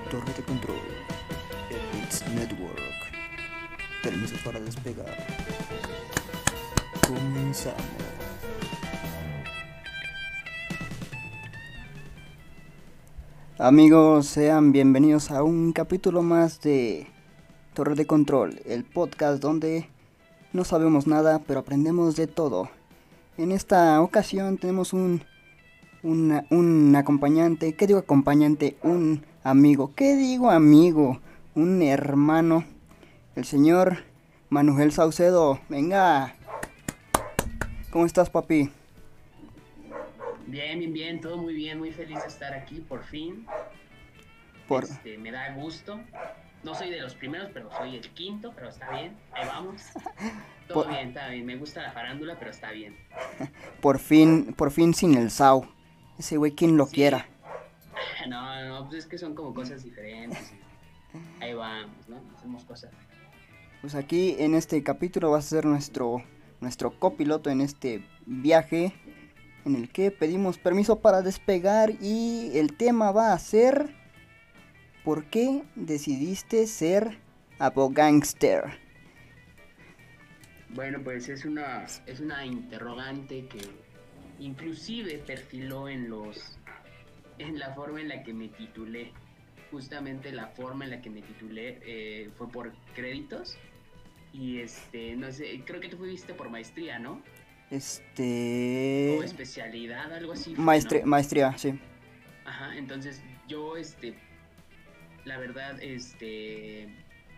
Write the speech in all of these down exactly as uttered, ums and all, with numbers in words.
Torre de control. Edits Network. Permiso para despegar. Comenzamos. Amigos, sean bienvenidos a un capítulo más de Torre de Control, el podcast donde no sabemos nada, pero aprendemos de todo. En esta ocasión tenemos un, un, un acompañante, ¿qué digo acompañante? Un amigo, ¿qué digo amigo? Un hermano, el señor Manuel Saucedo. Venga, ¿cómo estás, papi? Bien, bien, bien, todo muy bien, muy feliz de estar aquí por fin. Por... Este, me da gusto. No soy de los primeros, pero soy el quinto, pero está bien, ahí vamos. Todo por... bien, está bien, me gusta la farándula, pero está bien. Por fin, por fin sin el Sau. Ese güey, quien lo Sí, quiera. no, no, pues es que son como cosas diferentes. Ahí vamos, ¿no? Hacemos cosas. Pues aquí en este capítulo va a ser nuestro, nuestro copiloto en este viaje en el que pedimos permiso para despegar y el tema va a ser ¿por qué decidiste ser abogánster? Bueno, pues es una, es una interrogante que inclusive perfiló en los, en la forma en la que me titulé. Justamente la forma en la que me titulé eh, fue por créditos. Y este, no sé, creo que tú fuiste por maestría, ¿no? Este... O especialidad, algo así fue, Maestría, ¿no? maestría, sí. Ajá, entonces yo, este, la verdad, este,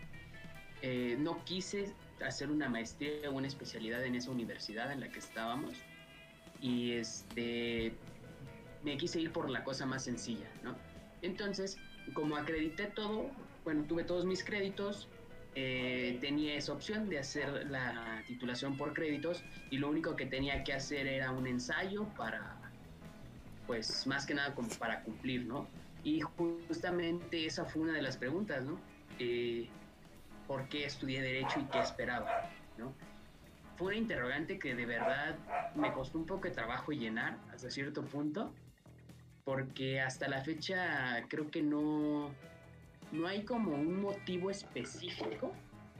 eh, no quise hacer una maestría o una especialidad en esa universidad en la que estábamos. Y este, me quise ir por la cosa más sencilla, ¿no? Entonces, como acredité todo, bueno, tuve todos mis créditos, eh, tenía esa opción de hacer la titulación por créditos y lo único que tenía que hacer era un ensayo para, pues, más que nada como para cumplir, ¿no? Y justamente esa fue una de las preguntas, ¿no? Eh, ¿Por qué estudié Derecho y qué esperaba, ¿no? Fue una interrogante que de verdad me costó un poco de trabajo llenar hasta cierto punto, porque hasta la fecha creo que no, no hay como un motivo específico.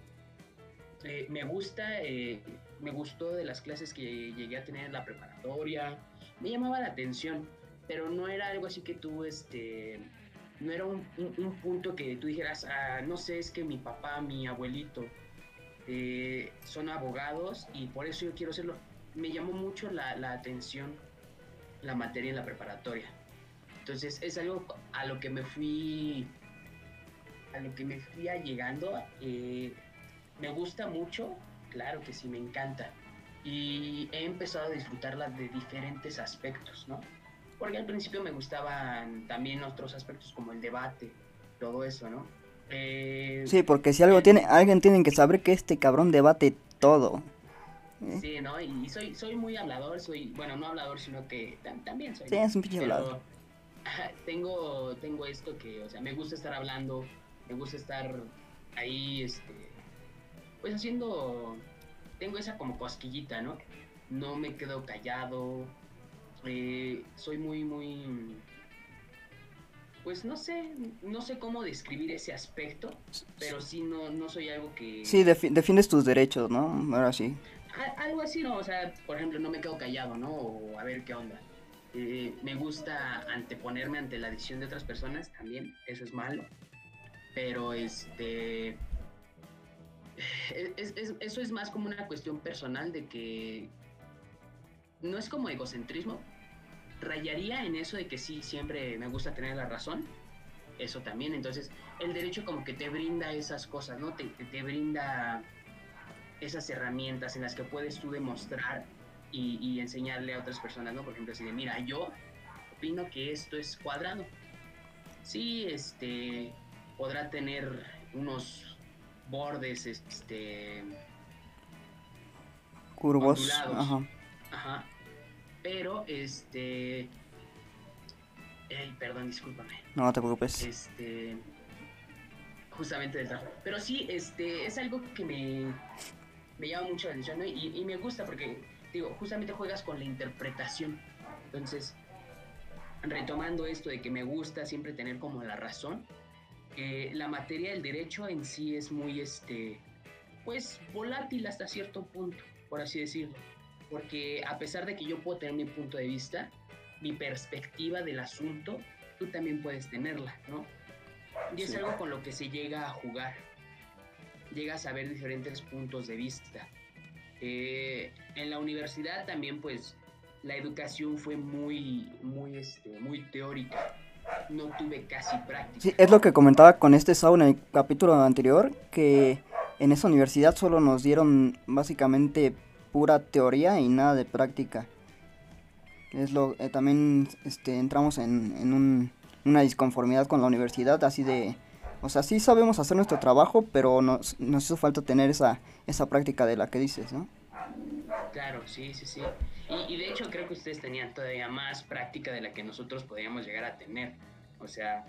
Eh, me gusta, eh, me gustó de las clases que llegué a tener en la preparatoria, me llamaba la atención, pero no era algo así que tú, este, no era un, un, un punto que tú dijeras, ah, no sé, es que mi papá, mi abuelito eh, son abogados y por eso yo quiero serlo. Me llamó mucho la, la atención la materia en la preparatoria. Entonces es algo a lo que me fui a lo que me fui llegando. Eh, me gusta mucho, claro que sí, me encanta. Y he empezado a disfrutarla de diferentes aspectos, ¿no? Porque al principio me gustaban también otros aspectos como el debate, todo eso, ¿no? Eh, Sí, porque si algo el, tiene, alguien tiene que saber que este cabrón debate todo. ¿Eh? Sí, ¿no? Y soy, soy muy hablador, soy, bueno, no hablador, sino que tam, también soy, Sí, ¿no? es un pinche hablado. Pero ajá, tengo, tengo esto que, o sea, me gusta estar hablando, me gusta estar ahí, este, pues haciendo, tengo esa como cosquillita, ¿no? No me quedo callado, eh, soy muy, muy, pues no sé, no sé cómo describir ese aspecto, pero sí no, no soy algo Sí, que, defi- defiendes tus derechos, ¿no? Ahora sí. algo así, ¿no? O sea, por ejemplo, no me quedo callado, ¿no? O a ver qué onda. Eh, me gusta anteponerme ante la decisión de otras personas también, eso es malo. Pero este. Es, es, eso es más como una cuestión personal de que. No es como egocentrismo. Rayaría en eso de que sí, siempre me gusta tener la razón. Eso también. Entonces, el derecho como que te brinda esas cosas, ¿no? Te, te, te brinda esas herramientas en las que puedes tú demostrar y, y enseñarle a otras personas, ¿no? Por ejemplo, así de, mira, yo opino que esto es cuadrado. Sí, este, podrá tener unos bordes, este, Curvos, ondulados, ajá. ajá, pero, este, ay, perdón, discúlpame, No te preocupes. este, justamente del trabajo, pero sí, este, es algo que me, me llama mucho la atención, ¿no? y, y me gusta porque, digo, justamente juegas con la interpretación, entonces, retomando esto de que me gusta siempre tener como la razón, eh, la materia del derecho en sí es muy, este, pues, volátil hasta cierto punto, por así decirlo. Porque a pesar de que yo puedo tener mi punto de vista, mi perspectiva del asunto, tú también puedes tenerla, ¿no? Y es Sí. algo con lo que se llega a jugar. Llegas a ver diferentes puntos de vista. Eh, en la universidad también, pues, la educación fue muy, muy, este, muy teórica. No tuve casi Sí, práctica. es lo que comentaba con este Sau en el capítulo anterior, que en esa universidad solo nos dieron básicamente pura teoría y nada de práctica. Es lo eh, también este entramos en, en un, una disconformidad con la universidad, así de, o sea, sí sabemos hacer nuestro trabajo, pero nos, nos hizo falta tener esa esa práctica de la que dices, ¿no? Claro, sí, sí, sí. Y, y de hecho creo que ustedes tenían todavía más práctica de la que nosotros podíamos llegar a tener. O sea,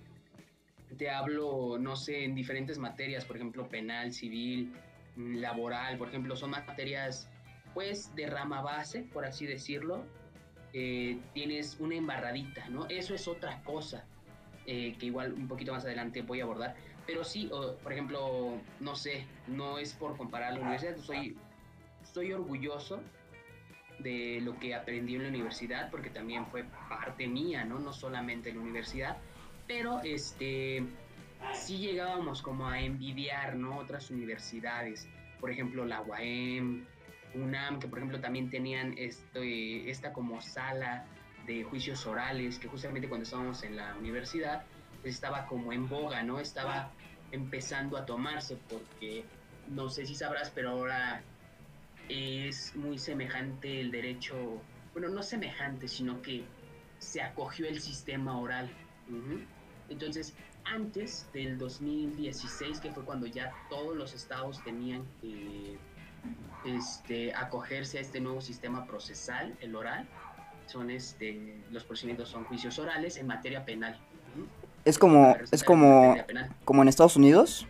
te hablo, no sé, en diferentes materias, por ejemplo, penal, civil, mm, laboral, por ejemplo, son materias, pues, de rama base, por así decirlo. Eh, tienes una embarradita, ¿no? Eso es otra cosa eh, que igual un poquito más adelante voy a abordar. Pero sí, o, por ejemplo, no sé, no es por comparar la universidad, soy, soy orgulloso de lo que aprendí en la universidad, porque también fue parte mía, ¿no? No solamente la universidad, pero este, sí llegábamos como a envidiar, ¿no? Otras universidades, por ejemplo, la U A M, UNAM, que por ejemplo también tenían este, esta como sala de juicios orales, que justamente cuando estábamos en la universidad, pues estaba como en boga, ¿no? Estaba empezando a tomarse, porque no sé si sabrás, pero ahora es muy semejante el derecho, bueno, no semejante, sino que se acogió el sistema oral. Uh-huh. Entonces, antes del dos mil dieciséis, que fue cuando ya todos los estados tenían que este, acogerse a este nuevo sistema procesal, el oral, son este, los procedimientos son juicios orales en materia penal. Uh-huh. Es Esto cabe como es resaltar en como materia penal. como en Estados Unidos.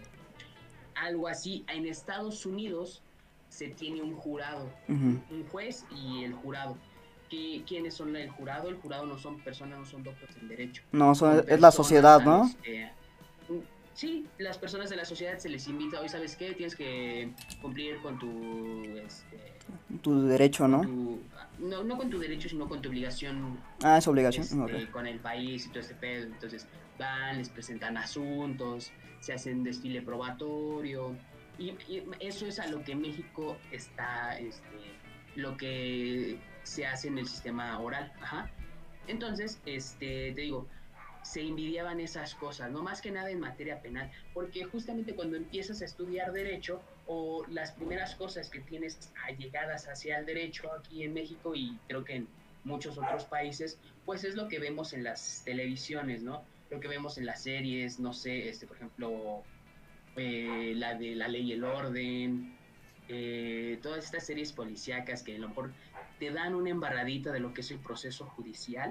Algo así. En Estados Unidos se tiene un jurado, Uh-huh. un juez y el jurado. ¿Qué, ¿Quiénes son el jurado? El jurado no son personas, no son doctores en derecho, No, son, son es la personas sociedad, a ¿no? los que... Sí, las personas de la sociedad se les invita, hoy sabes qué, tienes que cumplir con tu... Este, Tu derecho, con ¿no? tu... No, no con tu derecho, sino con tu obligación Ah, es obligación. Okay. este, con el país y todo este pedo. Entonces van, les presentan asuntos, se hacen desfile probatorio. Y, y eso es a lo que México está, este, lo que se hace en el sistema oral. Ajá. Entonces, este, te digo, se envidiaban esas cosas, no más que nada en materia penal, porque justamente cuando empiezas a estudiar derecho o las primeras cosas que tienes allegadas hacia el derecho aquí en México y creo que en muchos otros países, pues es lo que vemos en las televisiones, ¿no? Lo que vemos en las series, no sé, este, por ejemplo, eh, la de La Ley y el Orden, eh, todas estas series policíacas que a lo mejor te dan una embarradita de lo que es el proceso judicial,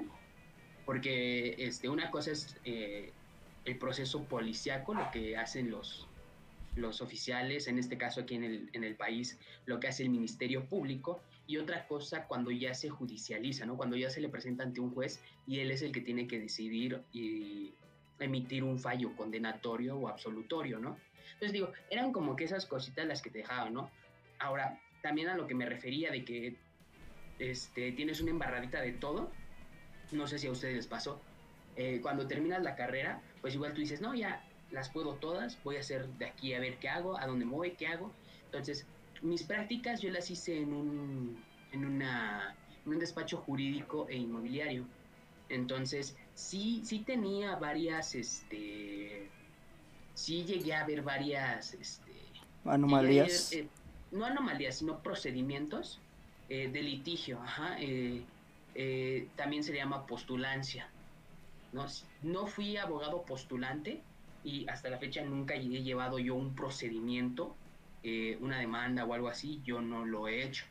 porque este, una cosa es eh, el proceso policíaco, lo que hacen los, los oficiales, en este caso aquí en el, en el país, lo que hace el Ministerio Público, y otra cosa cuando ya se judicializa, ¿no? Cuando ya se le presenta ante un juez y él es el que tiene que decidir y emitir un fallo condenatorio o absolutorio, ¿no? Entonces digo, eran como que esas cositas las que te dejaban, ¿no? Ahora, también a lo que me refería de que este, tienes una embarradita de todo, no sé si a ustedes les pasó, eh, cuando terminas la carrera, pues igual tú dices, no, ya las puedo todas, voy a hacer de aquí a ver qué hago, a dónde me voy, qué hago. Entonces, mis prácticas yo las hice en un, en una, en un despacho jurídico e inmobiliario. Entonces, sí, sí tenía varias, este, sí llegué a ver varias, este, llegué a ver, Anomalías. eh, no anomalías, sino procedimientos eh, de litigio, ajá, eh, eh, también se le llama postulancia, ¿no? No fui abogado postulante y hasta la fecha nunca he llevado yo un procedimiento, eh, una demanda o algo así, yo no lo he hecho.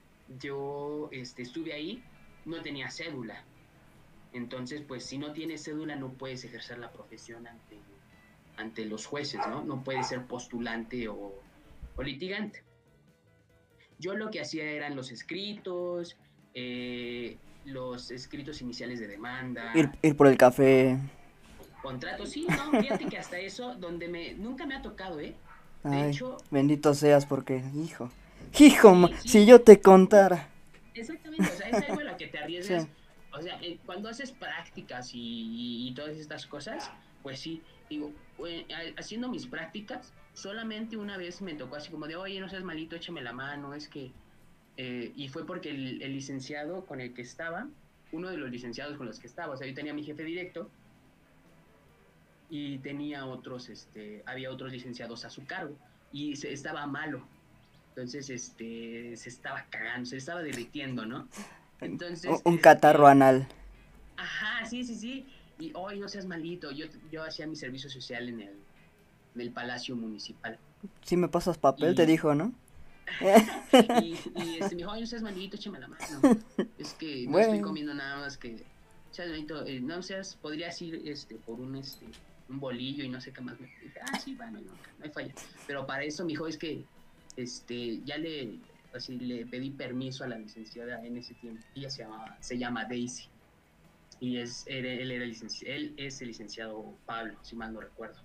Yo este, estuve ahí, no tenía cédula, entonces pues si no tienes cédula no puedes ejercer la profesión ante, ante los jueces, ¿no? No puedes ser postulante o, o litigante. Yo lo que hacía eran los escritos, eh, los escritos iniciales de Ir, demanda, ir por el ¿no? café. contrato, sí, no, fíjate que hasta eso, donde me, nunca me ha tocado, ¿eh? De Ay, hecho, bendito seas porque, hijo, hijo, ma- sí, si sí, yo te contara. exactamente, o sea, es algo a lo que te Sí, arriesgas, o sea, eh, cuando haces prácticas y, y todas estas cosas, pues sí, digo, eh, haciendo mis prácticas, solamente una vez me tocó así como de, oye, no seas malito, échame la mano, es que, eh, y fue porque el, el licenciado con el que estaba, uno de los licenciados con los que estaba, o sea, yo tenía a mi jefe directo y tenía otros, este, había otros licenciados a su cargo y se, estaba malo, entonces, este, se estaba cagando, se estaba derritiendo, ¿no? un, Entonces, un catarro este, anal. ajá, sí, sí, sí. Y hoy no seas malito. Yo, yo hacía mi servicio social en el, en el Palacio Municipal. Si me pasas papel, te Y, dijo, ¿no? y, y este, me dijo, oye, no seas malito, échame la mano. Es que no estoy Bueno, comiendo nada más que, seas malito, eh, no seas, podrías ir este, por un, este, un bolillo y no sé qué más. Me dije, ah, sí, bueno, no, no hay falla. Pero para eso, mi hijo, es que este, ya le, así, le pedí permiso a la licenciada en ese tiempo. Ella se, llamaba, se llama Daisy. Y es, él, él, era licenci- él es el licenciado Pablo, si mal no recuerdo.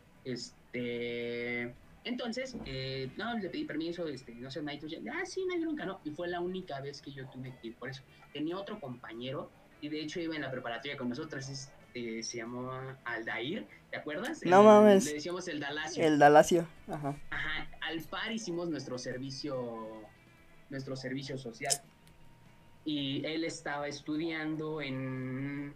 Este, entonces, eh, no, le pedí permiso, este, no sé, Maito, ya, ah, sí, no hay bronca, no. Y fue la única vez que yo tuve que ir por eso. Tenía otro compañero, y de hecho iba en la preparatoria con nosotros, este, se llamó Aldair, ¿te acuerdas? no El, le mames, decíamos el Dalacio. el Dalacio. Ajá. Ajá, al par hicimos nuestro servicio, nuestro servicio social. Y él estaba estudiando en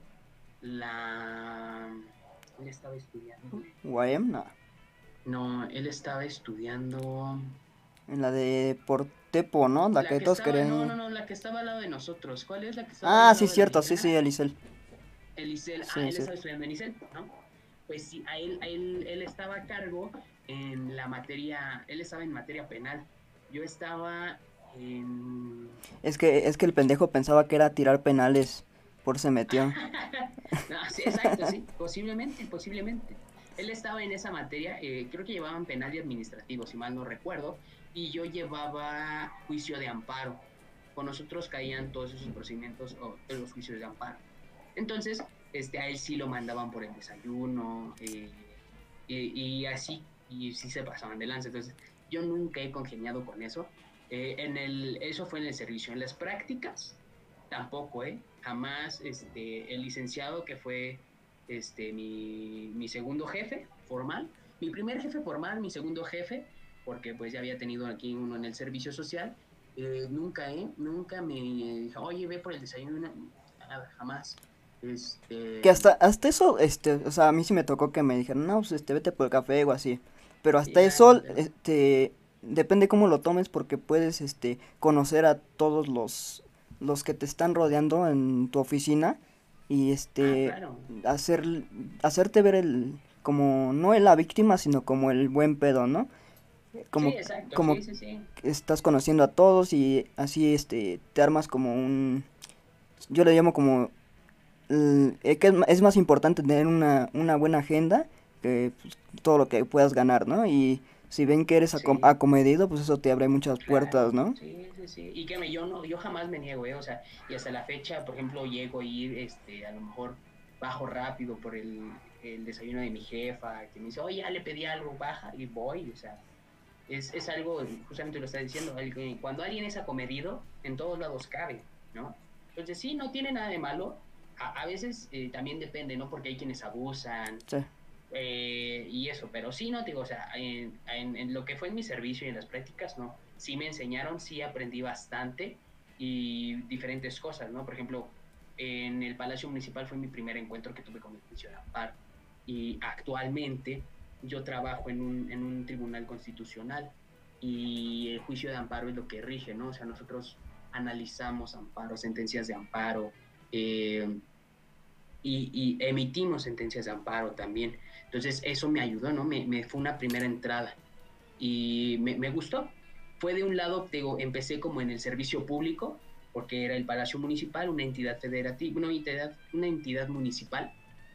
la... Él estaba estudiando... Guayam, no. No, él estaba estudiando... En la de Portepo, ¿no? La La que que todos estaba... querían No, ir. no, no, la que estaba al lado de nosotros. ¿Cuál es la que estaba ahí Ah, al sí, lado de la cierto, sí, sí, Mexicana? Elisel. Elisel. Ah, Sí, él sí. estaba estudiando en Elisel, ¿no? Pues sí, a él, a él, él estaba a cargo en la materia... Él estaba en materia penal. Yo estaba en... Es que, es que el pendejo pensaba que era tirar penales. Por eso se metió. No, sí, exacto, sí, posiblemente, posiblemente. Él estaba en esa materia, eh, creo que llevaban penal y administrativo, si mal no recuerdo, y yo llevaba juicio de amparo. Con nosotros caían todos esos procedimientos o oh, los juicios de amparo. Entonces, este, a él sí lo mandaban por el desayuno eh, y, y, así, y sí se pasaban de lanza. Entonces, yo nunca he congeniado con eso. Eh, en el, eso fue en el servicio. En las prácticas, tampoco, ¿eh? Jamás, este, el licenciado que fue este, mi, mi segundo jefe formal, mi primer jefe formal, mi segundo jefe, porque pues ya había tenido aquí uno en el servicio social, eh, nunca, ¿eh? Nunca me dijo, oye, ve por el desayuno, nada, jamás. Que Este, hasta, hasta eso, este, o sea, a mí sí me tocó que me dijeron, no, pues este, vete por el café o así. Pero sí, hasta claro, eso, claro. este, depende cómo lo tomes porque puedes, este, conocer a todos los, los que te están rodeando en tu oficina y, Ah, este, claro. hacer, hacerte ver el, como, no la víctima, sino como el buen pedo, ¿no? Sí, Como, exacto, como sí, sí, sí. que estás conociendo a todos y así, este, te armas como un, yo le llamo como l- eh, que es, ma- es más importante tener una, una buena agenda que pues, todo lo que puedas ganar, ¿no? Y si ven que eres acom- Sí, acomedido, pues eso te abre muchas puertas, claro, ¿no? sí, sí, sí. Y que me, yo no, yo jamás me niego, ¿eh? O sea, y hasta la fecha, por ejemplo, llego a ir, este, a lo mejor bajo rápido por el, el desayuno de mi jefa, que me dice, oye, ya le pedí algo, baja, y voy, o sea, es, es algo, justamente lo está diciendo, el que cuando alguien es acomedido, en todos lados cabe, ¿no? Entonces, sí, no tiene nada de malo. A, a veces eh, también depende, ¿no? Porque hay quienes abusan, Sí. eh, y eso, pero sí, no, te digo, o sea, en, en, en, lo que fue en mi servicio y en las prácticas, no, sí me enseñaron, sí aprendí bastante y diferentes cosas, ¿no? Por ejemplo, en el Palacio Municipal fue mi primer encuentro que tuve con el juicio de amparo y actualmente yo trabajo en un, en un tribunal constitucional y el juicio de amparo es lo que rige, ¿no? O sea, nosotros analizamos amparos, sentencias de amparo, eh, y, y, emitimos sentencias de amparo también. Entonces eso me ayudó, ¿no? Me, me fue una primera entrada y me, me, gustó. Fue de un lado, digo, empecé como en el servicio público, porque era el Palacio Municipal, una entidad federativa, una entidad, una entidad municipal.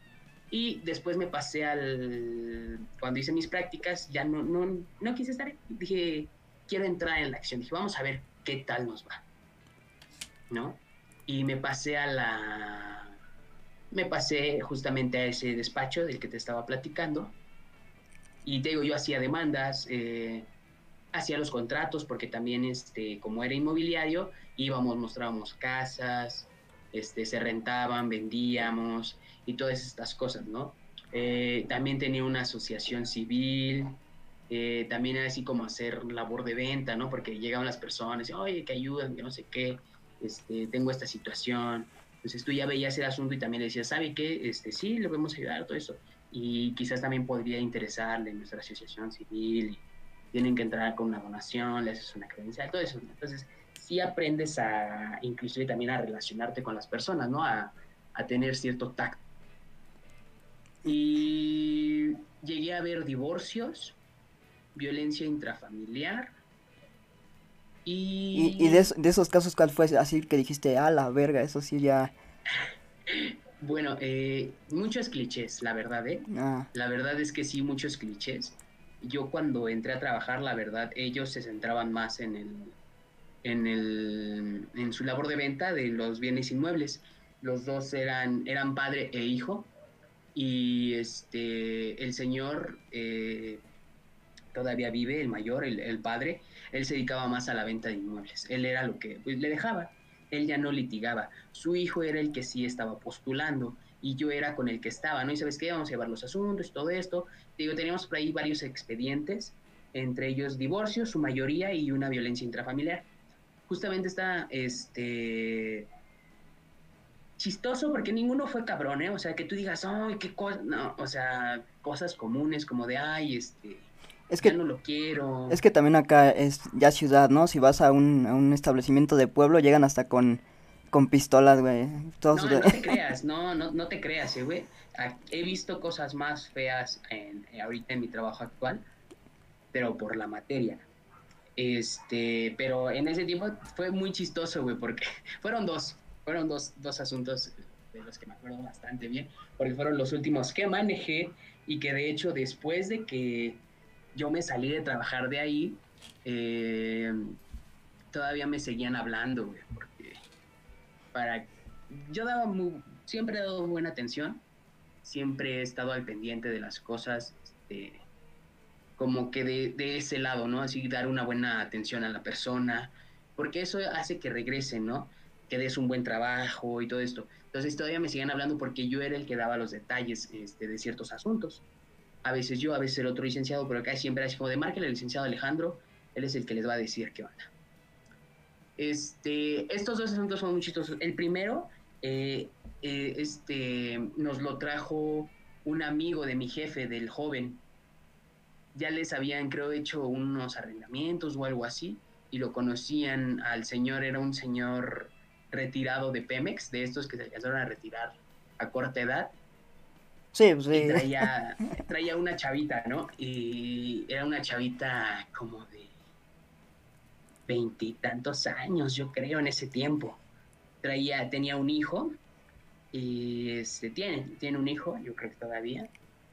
Y después me pasé al, cuando hice mis prácticas, ya no, no, no quise estar ahí. Dije, quiero entrar en la acción. Dije, vamos a ver qué tal nos va, ¿no? Y me pasé a la, me pasé justamente a ese despacho del que te estaba platicando y te digo, yo hacía demandas, eh, hacía los contratos, porque también, este, como era inmobiliario, íbamos, mostrábamos casas, este, se rentaban, vendíamos y todas estas cosas, ¿no? Eh, también tenía una asociación civil, eh, también era así como hacer labor de venta, ¿no? Porque llegaban las personas y, oye, que ayudan, que no sé qué, este, tengo esta situación. Entonces tú ya veías el asunto y también le decías, ¿sabe qué? Este, sí, le podemos ayudar, todo eso. Y quizás también podría interesarle nuestra asociación civil y tienen que entrar con una donación, le haces una credencial, todo eso, ¿no? Entonces, sí aprendes a, inclusive también a relacionarte con las personas, ¿no? A, a tener cierto tacto. Y llegué a ver divorcios, violencia intrafamiliar Y, y de, y, es- de esos casos, ¿cuál fue así que dijiste, a la verga, eso sí ya... bueno, eh, muchos clichés, la verdad, ¿eh? Ah, La verdad es que sí, muchos clichés. Yo cuando entré a trabajar, la verdad, ellos se centraban más en el, en, el, en su labor de venta de los bienes inmuebles. Los dos eran, eran padre e hijo y este, el señor eh, todavía vive, el mayor, el, el, padre, él se dedicaba más a la venta de inmuebles. Él era lo que pues, le dejaba, él ya no litigaba. Su hijo era el que sí estaba postulando y yo era con el que estaba, ¿no? Y sabes qué, vamos a llevar los asuntos, todo esto. Digo, teníamos por ahí varios expedientes, entre ellos divorcios, su mayoría, y una violencia intrafamiliar. Justamente está este chistoso porque ninguno fue cabrón, ¿eh? O sea, que tú digas, ay, qué cosa, no, o sea, cosas comunes como de, ay, este, es ya que no lo quiero. Es que también acá es ya ciudad, ¿no? Si vas a un, a un establecimiento de pueblo, llegan hasta con, con pistolas, güey. Todos, No, no te creas, no, no, no te creas, eh, güey. Ah, he visto cosas más feas en, eh, ahorita en mi trabajo actual, pero por la materia. Este, pero en ese tiempo fue muy chistoso, güey, porque fueron dos, fueron dos, dos asuntos de los que me acuerdo bastante bien, porque fueron los últimos que manejé y que de hecho después de que yo me salí de trabajar de ahí, eh, todavía me seguían hablando, güey, porque para, yo daba muy, siempre he dado buena atención, siempre he estado al pendiente de las cosas, este, como que de, de ese lado, ¿no? Así dar una buena atención a la persona, porque eso hace que regrese, ¿no? Que des un buen trabajo y todo esto. Entonces todavía me siguen hablando porque yo era el que daba los detalles este, de ciertos asuntos. A veces yo, a veces el otro licenciado, pero acá siempre así como de márquenle al licenciado Alejandro, él es el que les va a decir qué onda. Este, estos dos asuntos son muy chistosos. El primero, eh, eh, este, nos lo trajo un amigo de mi jefe, del joven, ya les habían, creo, hecho unos arrendamientos o algo así, y lo conocían al señor, era un señor retirado de Pemex, de estos que se alcanzaron a retirar a corta edad, sí, pues y sí. traía, traía una chavita, ¿no? Y era una chavita como de veintitantos años, yo creo, en ese tiempo. Traía, tenía un hijo, y este, tiene, tiene un hijo, yo creo que todavía,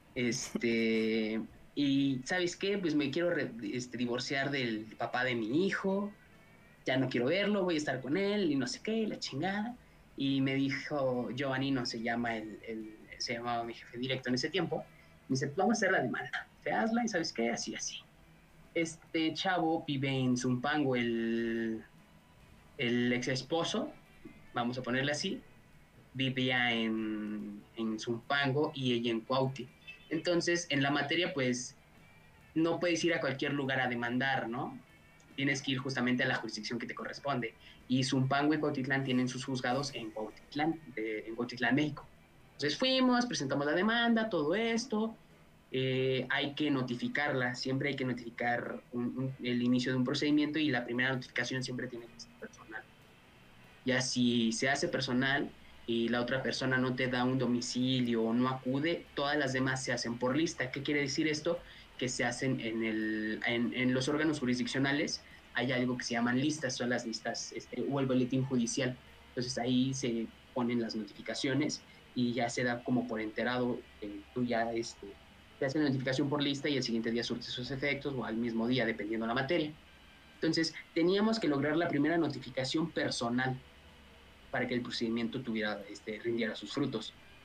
este, y ¿sabes qué? Pues me quiero re- este, divorciar del papá de mi hijo, ya no quiero verlo, voy a estar con él y no sé qué, la chingada. Y me dijo, Giovannino se llama el, el se llamaba mi jefe directo en ese tiempo, me dice, vamos a hacer la demanda, te hazla y ¿sabes qué? Así, así. Este chavo vive en Zumpango, el, el ex esposo, vamos a ponerle así, vivía en, en Zumpango y ella en Cuauti. Entonces, en la materia, pues, no puedes ir a cualquier lugar a demandar, ¿no? Tienes que ir justamente a la jurisdicción que te corresponde. Y Zumpango y Cuautitlán tienen sus juzgados en Cuautitlán, de, en Cuautitlán, México. Entonces fuimos, presentamos la demanda, todo esto. Eh, hay que notificarla, siempre hay que notificar un, un, el inicio de un procedimiento y la primera notificación siempre tiene que ser personal. Ya si se hace personal y la otra persona no te da un domicilio o no acude, todas las demás se hacen por lista. ¿Qué quiere decir esto? Que se hacen en, el, en, en los órganos jurisdiccionales, hay algo que se llaman listas, son las listas, este, o el boletín judicial. Entonces ahí se ponen las notificaciones y ya se da como por enterado, eh, tú ya este, te hacen notificación por lista y el siguiente día surte sus efectos o al mismo día, dependiendo de la materia. Entonces, teníamos que lograr la primera notificación personal para que el procedimiento tuviera, este, rindiera sus frutos.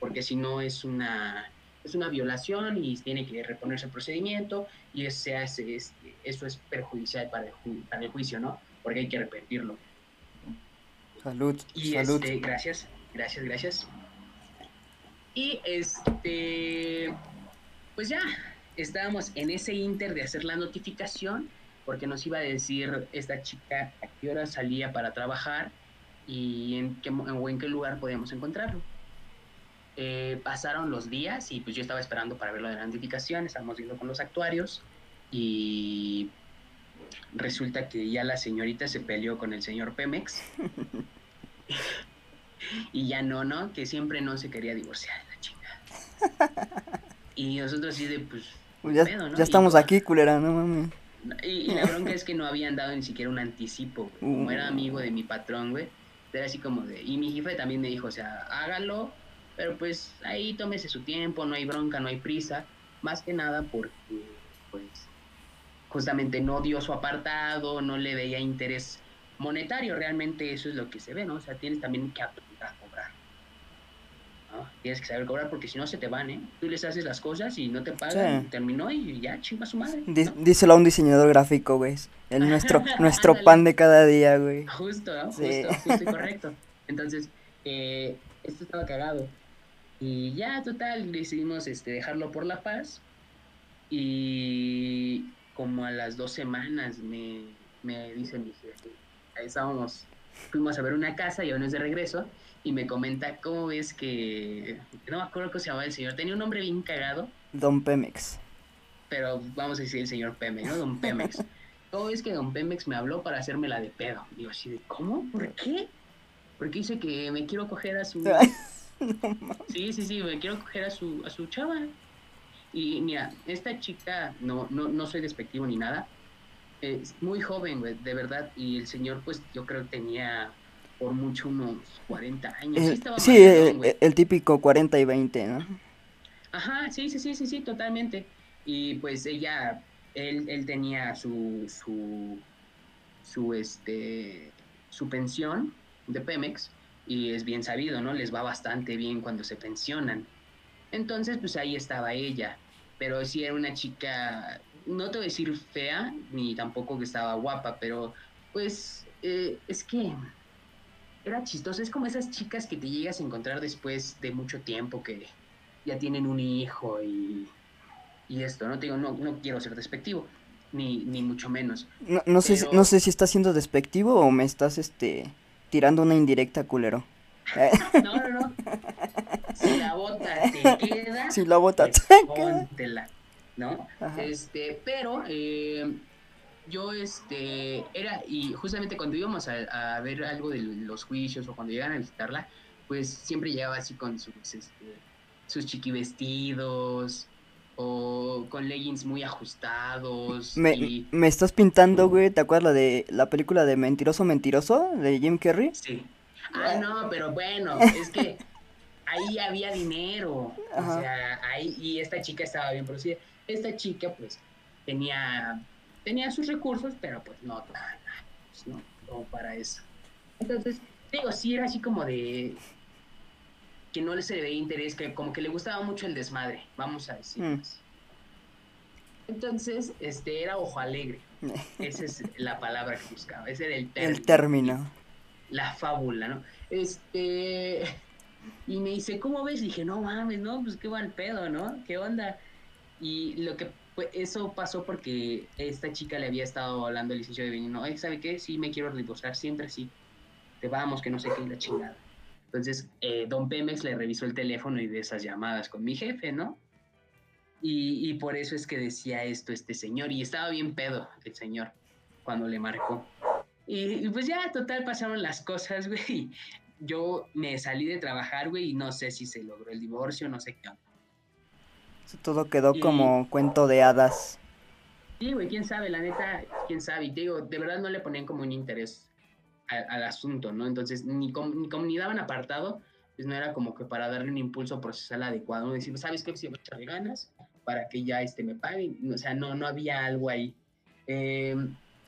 porque si no es una, es una violación y tiene que reponerse el procedimiento y se hace, este, eso es perjudicial para el, ju- para el juicio, ¿no? Porque hay que repetirlo. Salud, Y salud. este, gracias, gracias, gracias. Y este, pues ya, estábamos en ese inter de hacer la notificación, porque nos iba a decir esta chica a qué hora salía para trabajar y en qué, o en qué lugar podíamos encontrarlo. Eh, pasaron los días y pues yo estaba esperando para ver lo de la notificación, estábamos viendo con los actuarios y resulta que ya la señorita se peleó con el señor Pemex y ya no, ¿no? Que siempre no se quería divorciar, la chingada. Y nosotros así de, pues, Pues ¿qué ya, pedo, no? ya Y, estamos aquí, culera, no mames. y, y la bronca es que no habían dado ni siquiera un anticipo, güey. Como era amigo de mi patrón, güey, era así como de... Y mi jefe también me dijo, o sea, hágalo, pero pues ahí tómese su tiempo, no hay bronca, no hay prisa. Más que nada porque, pues, justamente no dio su apartado, no le veía interés monetario, realmente eso es lo que se ve, ¿no? O sea, tienes también que aprender a cobrar, ¿no? Tienes que saber cobrar porque si no se te van, ¿eh? Tú les haces las cosas y no te pagan, Sí. y terminó y ya chinga su madre, Dí- ¿no? díselo a un diseñador gráfico, güey. El nuestro, nuestro pan Ándale, de cada día, güey. justo, ¿no? Sí. Justo, justo y correcto. Entonces, eh, esto estaba cagado. Y ya, total, decidimos este, dejarlo por la paz. Y como a las dos semanas me, me dice mi jefe, ahí estábamos, fuimos a ver una casa y aún es de regreso, y me comenta, ¿cómo ves que, no me acuerdo cómo se llamaba el señor, tenía un nombre bien cagado, Don Pemex. pero vamos a decir el señor Pemex, ¿no? Don Pemex. ¿Cómo ves que Don Pemex me habló para hacerme la de pedo? Digo así de, ¿cómo? ¿Por qué? Porque dice que me quiero coger a Ay, su... Sí, sí, sí, me quiero coger a su, a su chava. Y mira, esta chica, no, no, no soy despectivo ni nada, es muy joven, güey, de verdad. Y el señor, pues yo creo que tenía por mucho unos cuarenta años. Sí el- estaba sí, el, mamalón, güey. el típico cuarenta y veinte, ¿no? Ajá, sí, sí, sí, sí, sí, totalmente. Y pues ella, él, él tenía su, su, su, este, su pensión de Pemex y es bien sabido, ¿no? Les va bastante bien cuando se pensionan. Entonces, pues ahí estaba ella, pero sí era una chica, no te voy a decir fea, ni tampoco que estaba guapa, pero pues eh, es que era chistoso, es como esas chicas que te llegas a encontrar después de mucho tiempo que ya tienen un hijo y, y esto, no te digo, no, no quiero ser despectivo, ni, ni mucho menos, No, no sé, si- no pero sé si estás siendo despectivo o me estás, este, tirando una indirecta, culero. Eh, no, no, no, si la bota te queda, si la bota pues saca. póntela, ¿no? Ajá. Este, pero eh, yo, este, era, y justamente cuando íbamos a, a ver algo de los juicios o cuando llegaban a visitarla, pues siempre llegaba así con sus, este, sus chiqui vestidos o con leggings muy ajustados Me, y me estás pintando, güey. ¿Te acuerdas la de la película de Mentiroso Mentiroso de Jim Carrey? sí. Ah, no, pero bueno, es que ahí había dinero, o Ajá. sea, ahí, y esta chica estaba bien producida. Esta chica, pues, tenía, tenía sus recursos, pero pues no tan altos, ¿no? Como para eso. Entonces, digo, sí era así como de que no le se le veía interés, que como que le gustaba mucho el desmadre, vamos a decirlo Mm, así. Entonces, este, era ojo alegre. Esa es la palabra que buscaba, ese era el el término, y término. la fábula, ¿no? Este, y me dice, ¿cómo ves? Y dije, no mames, no, pues qué mal pedo, ¿no? ¿Qué onda? Y lo que, pues, eso pasó porque esta chica le había estado hablando al licenciado de veneno, oye, ¿sabe qué? Sí, me quiero divorciar, siempre sí, te vamos, que no sé qué, y la chingada. Entonces, eh, don Pemex le revisó el teléfono y de esas llamadas con mi jefe, ¿no? Y, y por eso es que decía esto este señor, y estaba bien pedo el señor cuando le marcó. Y, y pues ya, total, pasaron las cosas, güey. Yo me salí de trabajar, güey, y no sé si se logró el divorcio, no sé qué onda. Todo quedó Y como cuento de hadas. sí, güey, quién sabe, la neta, quién sabe. Y te digo, de verdad no le ponían como un interés al, al asunto, ¿no? Entonces, ni como, ni como ni daban apartado, pues no era como que para darle un impulso procesal adecuado, ¿no? Decir, ¿sabes qué? Si voy a echarle ganas para que ya este me paguen. O sea, no, no había algo ahí. Eh,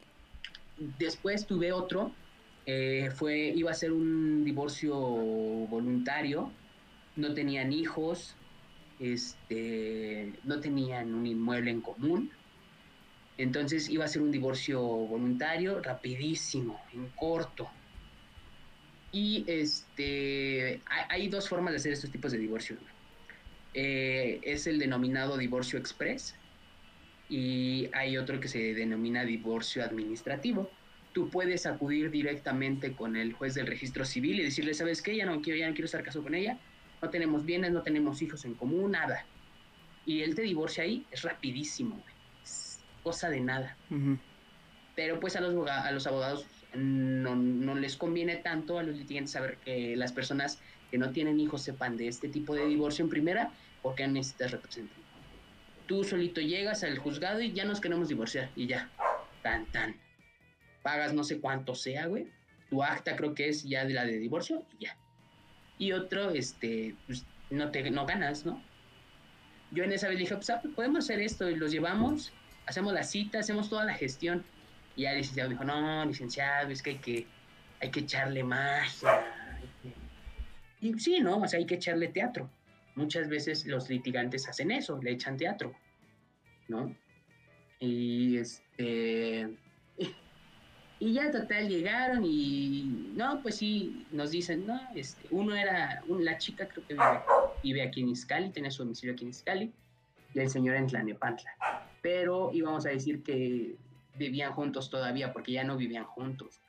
Después tuve otro, eh, fue, iba a ser un divorcio voluntario, no tenían hijos, este, no tenían un inmueble en común. Entonces iba a ser un divorcio voluntario, rapidísimo, en corto. Y este, hay, hay dos formas de hacer estos tipos de divorcios. Eh, es el denominado divorcio express y hay otro que se denomina divorcio administrativo. Tú puedes acudir directamente con el juez del registro civil y decirle, ¿sabes qué? Ya no quiero, ya no quiero estar casado con ella, no tenemos bienes, no tenemos hijos en común, nada. Y él te divorcia ahí, es rapidísimo, güey. Es cosa de nada. Uh-huh. Pero pues a los, a los abogados no, no les conviene tanto a los litigantes saber que las personas que no tienen hijos sepan de este tipo de divorcio en primera, porque necesitas representante. Tú solito llegas al juzgado y ya nos queremos divorciar y ya, tan tan. Pagas no sé cuánto sea, güey. Tu acta creo que es ya de la de divorcio y ya. Y otro, este, pues no te no ganas, ¿no? Yo en esa vez dije, pues podemos hacer esto y los llevamos, hacemos la cita, hacemos toda la gestión. Y ya el licenciado dijo, no, licenciado, es que hay que, hay que echarle magia. Y sí, ¿no? O sea, hay que echarle teatro. Muchas veces los litigantes hacen eso, le echan teatro, ¿no? Y este... Y ya total llegaron y no, pues sí, nos dicen, no, este, uno era, un, la chica creo que vive, vive aquí en Izcali, tiene su domicilio aquí en Izcali, y el señor en Tlalnepantla. Pero íbamos a decir que vivían juntos todavía, porque ya no vivían juntos.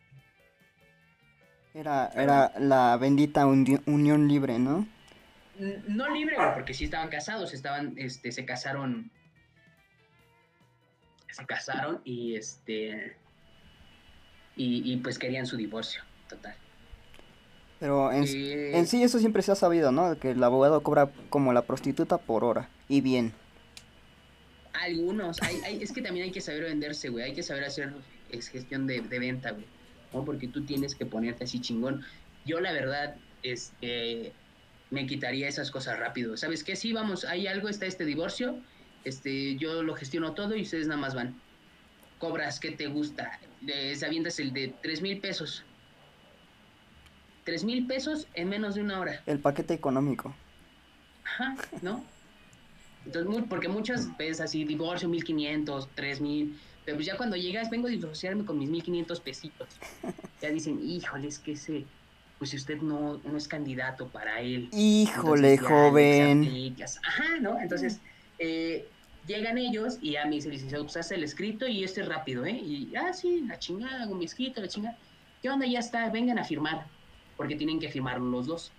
Era, era la bendita uni- unión libre, ¿no? No libre, güey, porque sí estaban casados, estaban, este, se casaron, se casaron y este, y, y pues querían su divorcio, total. Pero en, en Eh, sí eso siempre se ha sabido, ¿no? Que el abogado cobra como la prostituta por hora. Y bien. algunos, hay, hay, es que también hay que saber venderse, güey, hay que saber hacer gestión de, de venta, güey, ¿no? Porque tú tienes que ponerte así chingón. Yo la verdad, este, me quitaría esas cosas rápido. ¿Sabes qué? Sí, vamos, hay algo, está este divorcio, este, yo lo gestiono todo y ustedes nada más van. Cobras, ¿qué te gusta? Les avientas el de tres mil pesos. Tres mil pesos en menos de una hora. El paquete económico. Ajá, ¿no? Entonces, muy, porque muchas veces así, divorcio mil quinientos, tres mil, pero pues ya cuando llegas, vengo a divorciarme con mis mil quinientos pesitos. Ya dicen, híjole, es que ese, pues si usted no, no es candidato para él, Híjole, entonces ya le joven. aplicas. Ajá, ¿no? Entonces, eh, llegan ellos y ya me dice el licenciado, pues hace el escrito y este es rápido, ¿eh? Y, ah, sí, la chingada, hago mi escrito, la chingada. ¿Qué onda? Ya está, vengan a firmar, porque tienen que firmar los dos.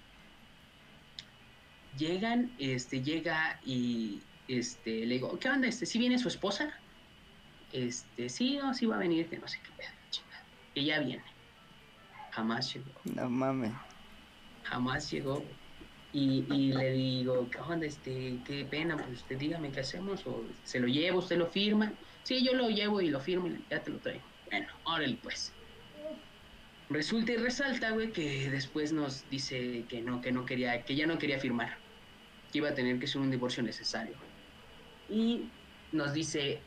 Llegan, este, llega y, este, le digo, ¿qué onda? Este, ¿sí viene su esposa? Este, sí, no, sí va a venir, que no sé qué pedo, chingada. Que ya viene. Jamás llegó. No mames. Jamás llegó. Y, y le digo, ¿qué onda? Este, qué pena, pues usted dígame qué hacemos, o se lo llevo, usted lo firma. Sí, yo lo llevo y lo firmo y ya te lo traigo. Bueno, órale pues. Resulta y resalta, güey, que después nos dice que no, que no quería, que ya no quería firmar, que iba a tener que ser un divorcio necesario. Y nos dice,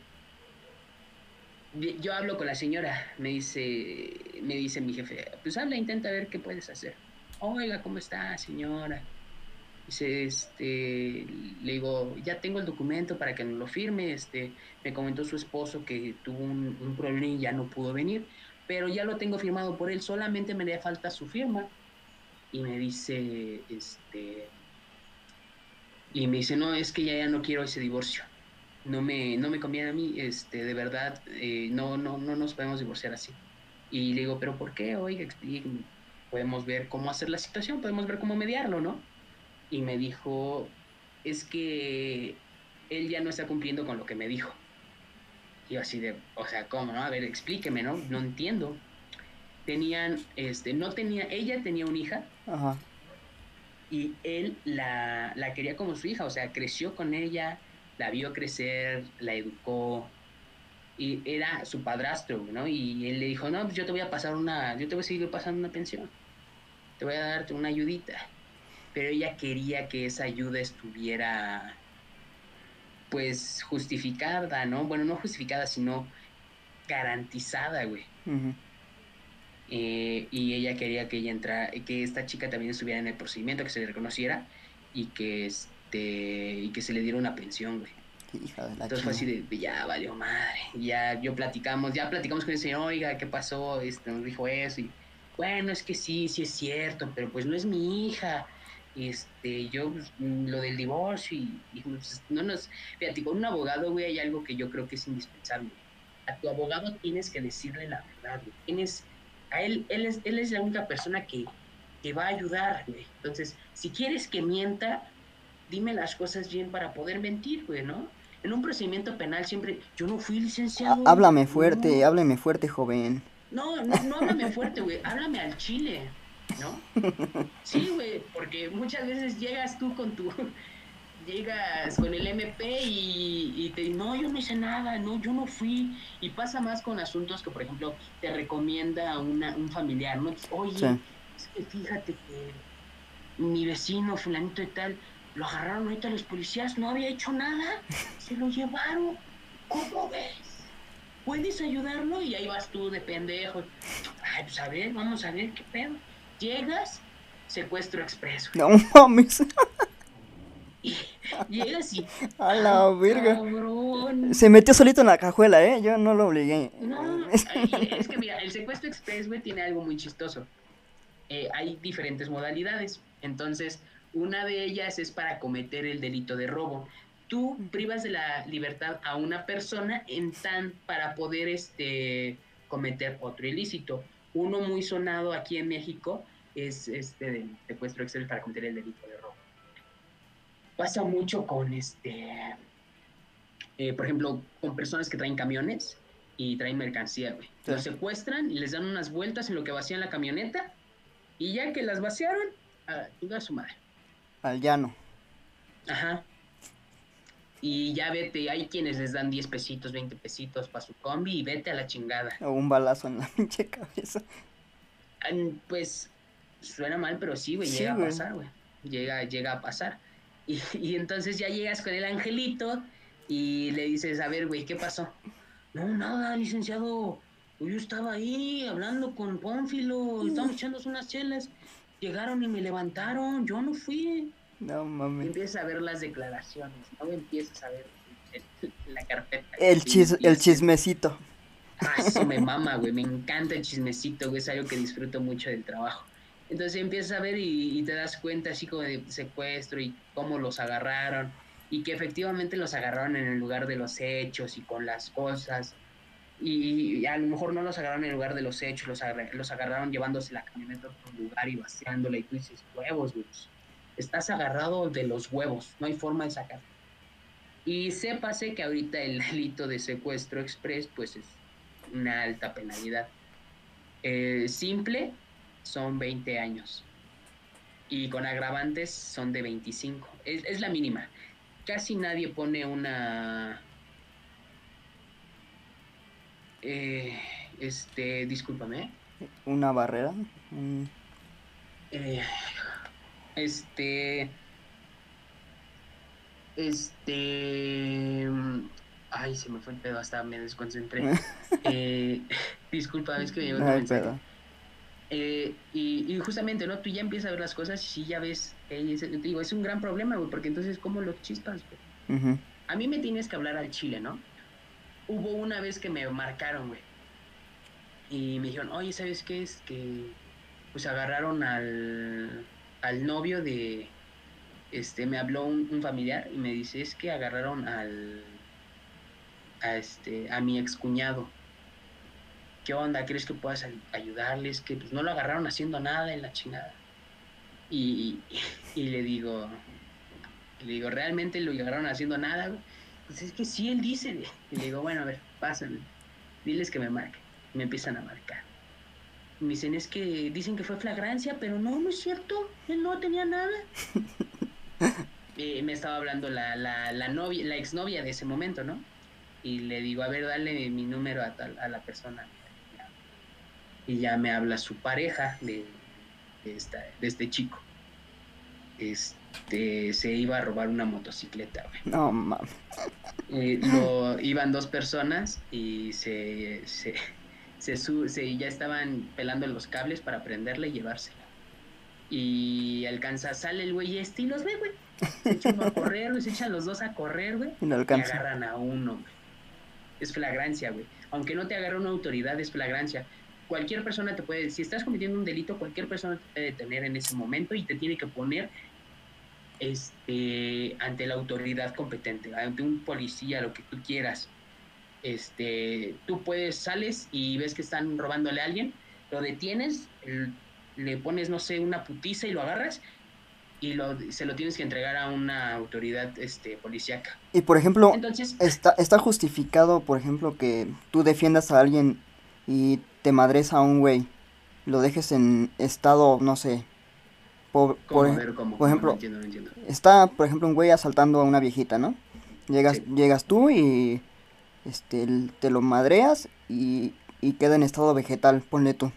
yo hablo con la señora, me dice, me dice mi jefe, pues habla, intenta ver qué puedes hacer. Oiga, ¿cómo está, señora? Dice, este, le digo, ya tengo el documento para que nos lo firme, este, me comentó su esposo que tuvo un, un problema y ya no pudo venir, pero ya lo tengo firmado por él, solamente me haría falta su firma. Y me dice, este, y me dice, no, es que ya, ya no quiero ese divorcio. No me, no me conviene a mí, este, de verdad, eh, no, no, no nos podemos divorciar así. Y le digo, ¿pero por qué? Oiga, explíqueme. Podemos ver cómo hacer la situación, podemos ver cómo mediarlo, ¿no? Y me dijo, es que él ya no está cumpliendo con lo que me dijo. Y yo así de, o sea, ¿cómo, no? A ver, explíqueme, ¿no? No entiendo. Tenían, este, no tenía, ella tenía una hija. Ajá. Y él la, la quería como su hija, o sea, creció con ella, la vio crecer, la educó, y era su padrastro, ¿no? Y él le dijo, no, pues yo te voy a pasar una, yo te voy a seguir pasando una pensión, te voy a darte una ayudita. Pero ella quería que esa ayuda estuviera, pues, justificada, ¿no? Bueno, no justificada, sino garantizada, güey. Uh-huh. eh, y ella quería que ella entrara, que esta chica también estuviera en el procedimiento, que se le reconociera y que este y que se le diera una pensión, güey. Hija de la Entonces fue chingada. así de, ya valió madre. Y ya yo platicamos, ya platicamos con el señor, oiga, ¿qué pasó? Este, nos dijo eso. Y bueno, es que sí, sí es cierto, pero pues no es mi hija. Este, yo, pues, lo del divorcio y, y, pues, no nos. Fíjate, con un abogado, güey, hay algo que yo creo que es indispensable. A tu abogado tienes que decirle la verdad, güey. Tienes, a él, él es, él es la única persona que te va a ayudar, güey. Entonces, si quieres que mienta, dime las cosas bien para poder mentir, güey, ¿no? En un procedimiento penal siempre, yo no fui Há- licenciado, Háblame fuerte, no, háblame fuerte, joven. no, no, no háblame fuerte, güey, háblame al chile, ¿no? Sí, güey, porque muchas veces llegas tú con tu, llegas con el M P y, y te dicen, no, yo no hice nada, no, yo no fui. Y pasa más con asuntos que, por ejemplo, te recomienda una, un familiar, ¿no? Sí. Oye, es que fíjate que mi vecino, fulanito y tal, lo agarraron ahorita los policías, no había hecho nada, se lo llevaron. ¿Cómo ves? ¿Puedes ayudarlo? Y ahí vas tú de pendejo. Ay, pues a ver, vamos a ver qué pedo. Llegas, secuestro expreso. No mames. Y llegas y, A la ay, verga. cabrón. Se metió solito en la cajuela, ¿eh? Yo no lo obligué. No, es que mira, el secuestro express, güey, tiene algo muy chistoso. Eh, hay diferentes modalidades. Entonces, una de ellas es para cometer el delito de robo. Tú privas de la libertad a una persona en tan para poder este, cometer otro ilícito. Uno muy sonado aquí en México es este del secuestro express para cometer el delito de robo. Pasa mucho con este, eh, por ejemplo, con personas que traen camiones y traen mercancía, güey. Sí. Los secuestran y les dan unas vueltas en lo que vacían la camioneta y ya que las vaciaron, a uh, su madre. Al llano. Ajá. Y ya vete, hay quienes les dan diez pesitos, veinte pesitos para su combi y vete a la chingada. O un balazo en la pinche cabeza. Pues suena mal, pero sí, güey, Sí, llega güey. a pasar, güey. Llega, llega a pasar. Y, y entonces ya llegas con el angelito y le dices, a ver, güey, ¿qué pasó? No, nada, licenciado. Yo estaba ahí hablando con Pónfilo, estábamos echándonos unas chelas. Llegaron y me levantaron, yo no fui. No mames. Y empiezas a ver las declaraciones, ¿no? Empiezas a ver el, el, la carpeta. El, chis, el chismecito. Ah, eso me mama, güey. Me encanta el chismecito, güey. Es algo que disfruto mucho del trabajo. Entonces empiezas a ver y, y te das cuenta así como de secuestro y cómo los agarraron. Y que efectivamente los agarraron en el lugar de los hechos y con las cosas. Y, y a lo mejor no los agarraron en el lugar de los hechos, los, agar, los agarraron llevándose la camioneta a otro lugar y vaciándola. Y tú dices, huevos, güey. Estás agarrado de los huevos, no hay forma de sacar. Y sépase que ahorita el delito de secuestro express, pues es una alta penalidad. Eh, simple son veinte años y con agravantes son de veinticinco. Es, es la mínima. Casi nadie pone una... Eh, este, discúlpame. Una barrera. Mm. Eh, este... Este... Ay, se me fue el pedo, hasta me desconcentré. eh, disculpa, es que me llegó otro mensaje. Pedo. Eh, y, y justamente, ¿no? Tú ya empiezas a ver las cosas y sí ya ves, eh, es, digo, es un gran problema, güey, porque entonces, ¿cómo lo chispas, güey? Uh-huh. A mí me tienes que hablar al chile, ¿no? Hubo una vez que me marcaron, güey, y me dijeron, oye, ¿sabes qué? Es que, pues, agarraron al, al novio de, este, me habló un, un familiar y me dice, es que agarraron al, a este, a mi excuñado. ¿Qué onda? ¿Crees que puedas ayudarles? Que pues no lo agarraron haciendo nada en la chingada. Y, y, y le digo, le digo, ¿realmente lo agarraron haciendo nada, güey? Pues es que sí, él dice. Y le digo, bueno, a ver, pásame. Diles que me marquen. Me empiezan a marcar. Y me dicen, es que dicen que fue flagrancia, pero no, no es cierto. Él no tenía nada. eh, me estaba hablando la, la, la novia, la exnovia de ese momento, ¿no? Y le digo, a ver, dale mi número a, tal, a la persona. Y ya me habla su pareja de, de, esta, de este chico. Este, se iba a robar una motocicleta, güey. No, mames. Eh, lo, iban dos personas y se, se, se, su se ya estaban pelando los cables para prenderla y llevársela. Y alcanza, sale el güey este y los ve, güey. Se echa uno a correr, güey, se echan los dos a correr, güey. Y no Y alcanza. agarran a uno, güey. Es flagrancia, güey. Aunque no te agarre una autoridad, es flagrancia. Cualquier persona te puede, si estás cometiendo un delito, cualquier persona te puede detener en ese momento y te tiene que poner este, ante la autoridad competente, ante un policía, lo que tú quieras. Este, tú puedes, sales y ves que están robándole a alguien, lo detienes, el, le pones, no sé, una putiza y lo agarras y lo, se lo tienes que entregar a una autoridad este, policíaca. Y por ejemplo, Entonces, está, está justificado, por ejemplo, que tú defiendas a alguien y te madres a un güey, lo dejes en estado, no sé, por, por, ¿cómo? A ver, ¿cómo? por ¿Cómo? No ejemplo, entiendo, no entiendo. está, por ejemplo, un güey asaltando a una viejita, ¿no? Llegas, Sí. llegas tú y este, te lo madreas y, y queda en estado vegetal, ponle tú.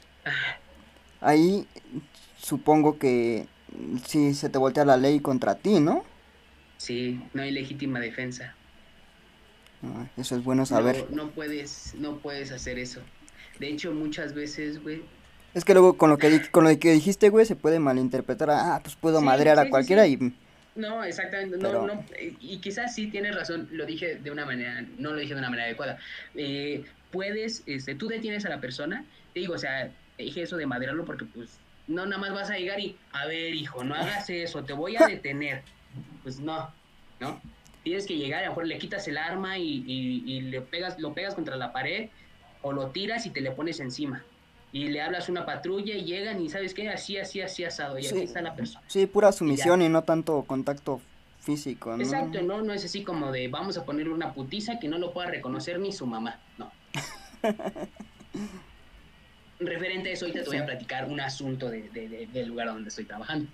Ahí supongo que sí se te voltea la ley contra ti, ¿no? Sí, no hay legítima defensa. Ah, eso es bueno saber. No, no puedes, no puedes hacer eso. De hecho, muchas veces, güey. Es que luego con lo que, di- con lo que dijiste, güey, se puede malinterpretar. a, Ah, pues puedo Sí, madrear a sí, sí, cualquiera sí. y... No, exactamente, no, Pero... no, eh, y quizás sí tienes razón, lo dije de una manera, no lo dije de una manera adecuada. Eh, puedes, este, tú detienes a la persona, te digo, o sea, te dije eso de madrearlo porque pues no nada más vas a llegar y, a ver, hijo, no hagas eso, te voy a detener. Pues no, ¿no? Tienes que llegar, a lo mejor le quitas el arma y, y, y le pegas, lo pegas contra la pared o lo tiras y te le pones encima. Y le hablas a una patrulla y llegan y ¿sabes qué? Así, así, así asado y aquí Sí, está la persona. sí, pura Y ya. sumisión y no tanto contacto físico, Exacto, ¿no? ¿no? No es así como de vamos a ponerle una putiza que no lo pueda reconocer ni su mamá. No. Referente a eso, ahorita te voy Sí. a platicar un asunto de, de, de, del lugar donde estoy trabajando.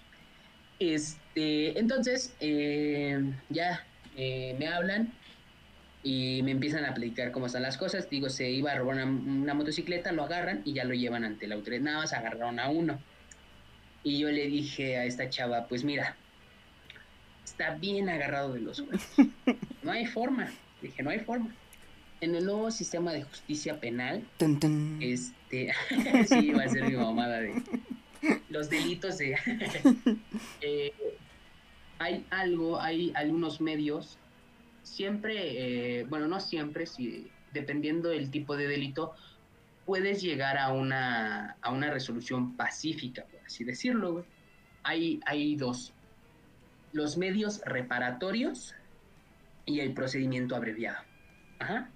Este, entonces, eh, ya eh, me hablan y me empiezan a platicar cómo están las cosas. Digo, se iba a robar una, una motocicleta, lo agarran y ya lo llevan ante la autoridad. Nada más agarraron a uno. Y yo le dije a esta chava, pues mira, está bien agarrado de los huevos. No hay forma. Dije, no hay forma. En el nuevo sistema de justicia penal, Tun, tun. este, sí, va a ser mi mamada de los delitos de... eh, hay algo, hay algunos medios, siempre, eh, bueno, no siempre, si, dependiendo del tipo de delito, puedes llegar a una, a una resolución pacífica, por así decirlo, güey. Hay, hay dos, los medios reparatorios y el procedimiento abreviado. Ajá.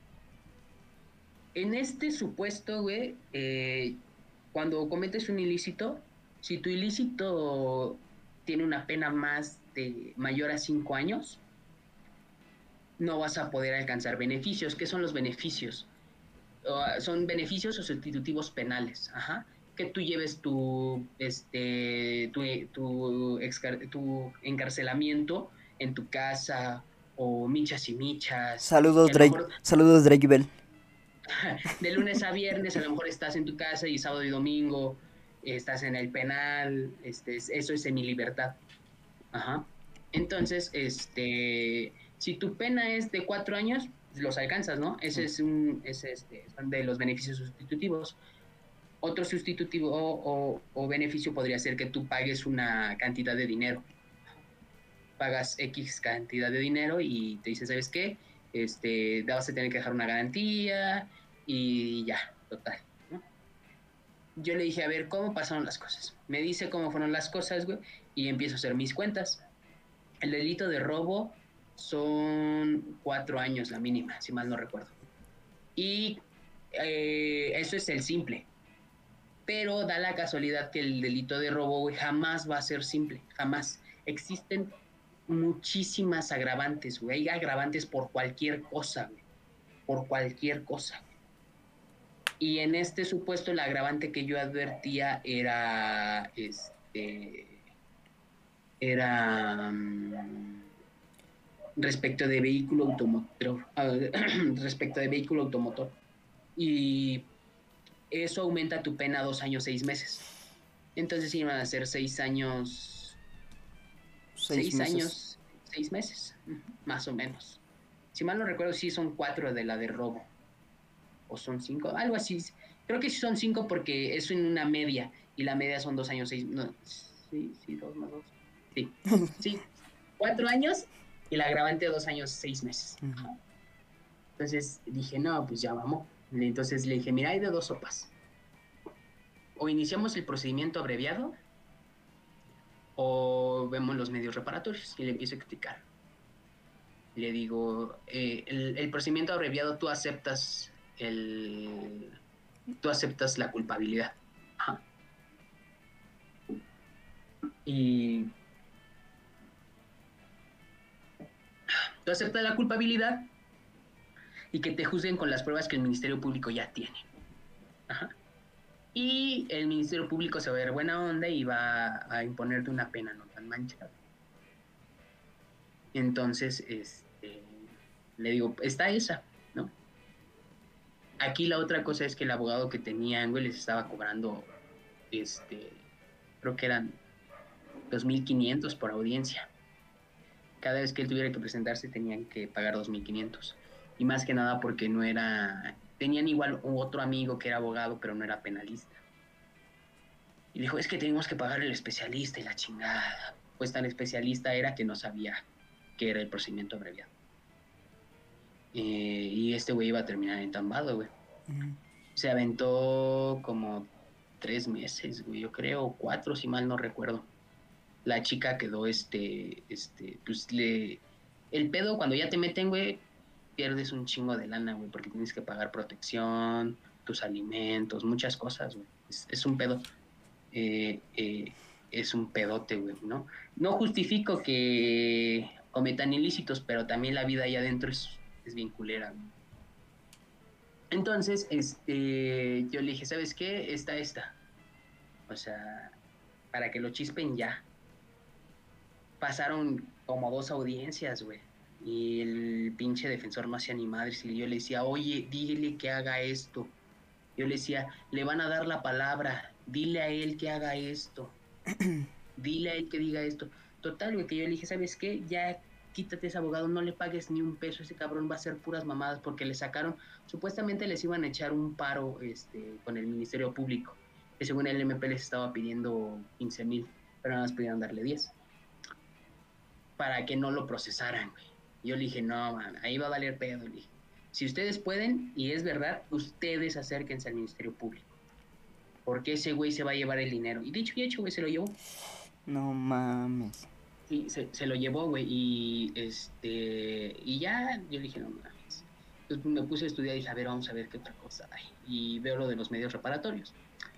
En este supuesto, güey, eh, cuando cometes un ilícito, si tu ilícito tiene una pena más de mayor a cinco años, no vas a poder alcanzar beneficios. ¿Qué son los beneficios? Uh, son beneficios o sustitutivos penales. Ajá. Que tú lleves tu, este, tu, tu, excar tu encarcelamiento en tu casa o michas y michas. Saludos Que a lo Drake, mejor saludos Drake Bell. de lunes a viernes a lo mejor estás en tu casa y sábado y domingo estás en el penal, este, eso es semilibertad. Ajá. Entonces, este, si tu pena es de cuatro años, los alcanzas, ¿no? Ese es un, ese este, son de los beneficios sustitutivos. Otro sustitutivo o, o, o beneficio podría ser que tú pagues una cantidad de dinero. Pagas X cantidad de dinero y te dice, ¿sabes qué? Este, vas a tener que dejar una garantía y ya, total, ¿no? Yo le dije, a ver, ¿cómo pasaron las cosas? Me dice cómo fueron las cosas, güey, y empiezo a hacer mis cuentas. El delito de robo son cuatro años la mínima, si mal no recuerdo. Y eh, eso es el simple. Pero da la casualidad que el delito de robo, güey, jamás va a ser simple, jamás. Existen muchísimas agravantes, güey. Hay agravantes por cualquier cosa, güey. Por cualquier cosa, güey. Y en este supuesto, el agravante que yo advertía era, este, era um, respecto de vehículo automotor, uh, respecto de vehículo automotor. Y eso aumenta tu pena a dos años, seis meses. Entonces iban a ser seis años, Seis seis meses. años, seis meses, más o menos. Si mal no recuerdo, sí son cuatro de la de robo. o son cinco, algo así. Creo que sí son cinco porque es en una media y la media son dos años, seis, no, sí, sí, dos más dos. Sí, sí, cuatro años y la agravante dos años, seis meses. Ujú. Ajá. Entonces dije, no, pues ya vamos. Entonces le dije, mira, hay de dos sopas. O iniciamos el procedimiento abreviado o vemos los medios reparatorios. Y le empiezo a explicar. Le digo, eh, el, el procedimiento abreviado tú aceptas el, tú aceptas la culpabilidad. Ajá. Y tú aceptas la culpabilidad y que te juzguen con las pruebas que el Ministerio Público ya tiene. Ajá. Y el Ministerio Público se va a ver buena onda y va a imponerte una pena no tan manchada. Entonces, este, le digo, está esa, ¿no? Aquí la otra cosa es que el abogado que tenía, güey, les estaba cobrando, este, creo que eran dos mil quinientos por audiencia. Cada vez que él tuviera que presentarse tenían que pagar dos mil quinientos. Y más que nada porque no era, tenían igual otro amigo que era abogado, pero no era penalista. Y dijo, es que tenemos que pagar el especialista y la chingada. Pues tan especialista era que no sabía qué era el procedimiento abreviado. Eh, y este güey iba a terminar entambado, güey. Ujú. Se aventó como tres meses, güey, yo creo, cuatro, si mal no recuerdo. La chica quedó, este, este, pues le... El pedo, cuando ya te meten, güey, pierdes un chingo de lana, güey, porque tienes que pagar protección, tus alimentos, muchas cosas, güey. Es, es un pedo. eh, eh, es un pedote, güey, ¿no? No justifico que cometan ilícitos, pero también la vida ahí adentro es, es bien culera, güey. Entonces, este, yo le dije, ¿sabes qué? Esta, esta. O sea, para que lo chispen ya. Pasaron como dos audiencias, güey. Y el pinche defensor no hacía ni madres. Y yo le decía, oye, dile que haga esto. Yo le decía, le van a dar la palabra. Dile a él que haga esto. Dile a él que diga esto. Total, güey, que yo le dije, ¿sabes qué? Ya quítate ese abogado, no le pagues ni un peso, ese cabrón va a hacer puras mamadas porque le sacaron, supuestamente les iban a echar un paro este, con el Ministerio Público, que según el M P les estaba pidiendo quince mil, pero nada más pudieron darle diez para que no lo procesaran, güey. Yo le dije, no, man, ahí va a valer pedo, le dije. Si ustedes pueden, y es verdad, ustedes acérquense al Ministerio Público, porque ese güey se va a llevar el dinero. Y dicho y hecho, güey, se lo llevó. No mames. Sí, se, se lo llevó, güey, y este, y ya, yo le dije, no mames. Entonces me puse a estudiar y dije, a ver, vamos a ver qué otra cosa hay. Y veo lo de los medios reparatorios.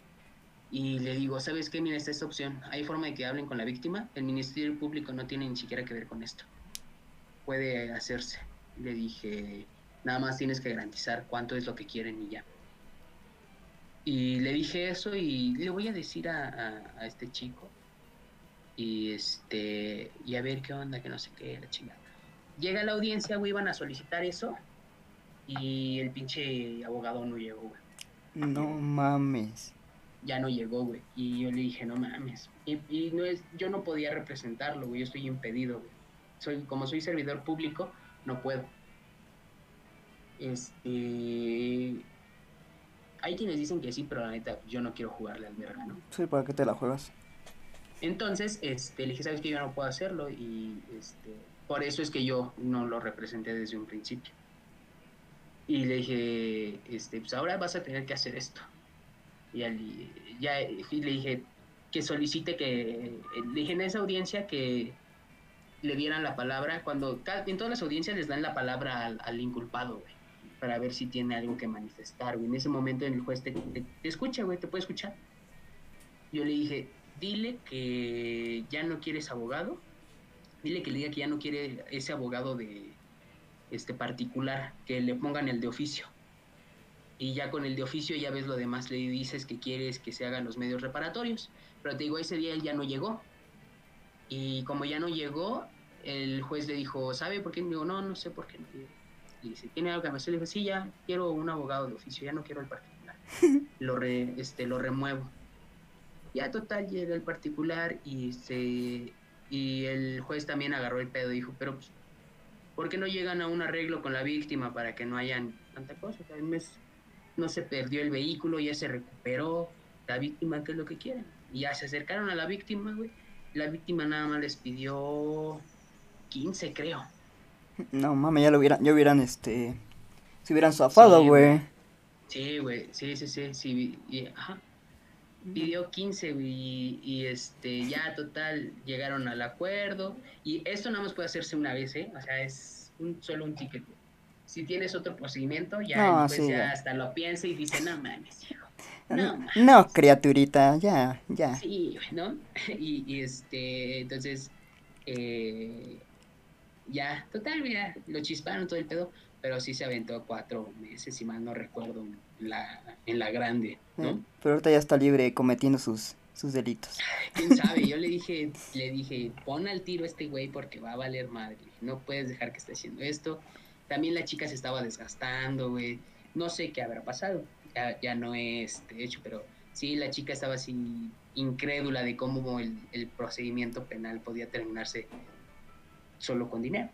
Y le digo, ¿sabes qué? Mira, esta es esta opción. Hay forma de que hablen con la víctima. El Ministerio Público no tiene ni siquiera que ver con esto. Puede hacerse. Le dije, nada más tienes que garantizar cuánto es lo que quieren y ya. Y le dije eso y le voy a decir a, a, a este chico y este y a ver qué onda, que no sé qué, la chingada. Llega la audiencia, güey, iban a solicitar eso y el pinche abogado no llegó, güey. No mames. Ya no llegó, güey. Y yo le dije, no mames. Y, y no es, yo no podía representarlo, güey, yo estoy impedido, güey. Soy, como soy servidor público, no puedo. Este, hay quienes dicen que sí, pero la neta, yo no quiero jugarle al verga, ¿no? Sí, ¿para qué te la juegas? Entonces, este, le dije, ¿sabes qué? Yo no puedo hacerlo y este, por eso es que yo no lo representé desde un principio. Y le dije, este, pues ahora vas a tener que hacer esto. Y ya, ya y le dije que solicite que, le dije en esa audiencia que le dieran la palabra, cuando en todas las audiencias les dan la palabra al, al inculpado, güey, para ver si tiene algo que manifestar, güey. En ese momento el juez te, te, te escucha, güey, te puede escuchar. Yo le dije, dile que ya no quieres abogado, dile que le diga que ya no quiere ese abogado de este particular, que le pongan el de oficio. Y ya con el de oficio ya ves lo demás, le dices que quieres que se hagan los medios reparatorios. Pero te digo, ese día él ya no llegó. Y como ya no llegó, el juez le dijo, ¿sabe por qué? Y digo, no, no sé por qué no llegó. Y dice, ¿tiene algo que hacer? Le dijo, sí, ya quiero un abogado de oficio, ya no quiero el particular. Lo, re, este, lo remuevo. Ya total llega el particular y se y el juez también agarró el pedo y dijo, pero pues, ¿por qué no llegan a un arreglo con la víctima para que no hayan tanta cosa? no se perdió el vehículo, ya se recuperó, la víctima, ¿qué es lo que quieren? Y ya se acercaron a la víctima, güey. La víctima nada más les pidió quince, creo. No mames, ya lo hubieran, ya hubieran, este, se hubieran zafado, Sí, güey. güey. Sí, güey. Sí, sí, sí, sí. Y, ajá. Pidió quince, güey, y, y, este, ya total, llegaron al acuerdo. Y esto nada más puede hacerse una vez, ¿eh? O sea, es un, solo un ticket, güey. Si tienes otro procedimiento, ya el No, juez sí, ya ya. hasta lo piensa y dice, no mames, hijo. N- No No, mames. criaturita, ya, ya. Sí, güey, ¿no? Y, y este, entonces, eh, ya, total, mira, lo chisparon todo el pedo, pero sí se aventó cuatro meses, si mal no recuerdo, en la, en la grande, Eh, ¿no? pero ahorita ya está libre cometiendo sus, sus delitos. Quién sabe, yo le dije, le dije, pon al tiro a este güey porque va a valer madre, no puedes dejar que esté haciendo esto. También la chica se estaba desgastando, güey, no sé qué habrá pasado, ya, ya no es este hecho, pero sí, la chica estaba así incrédula de cómo el, el procedimiento penal podía terminarse solo con dinero.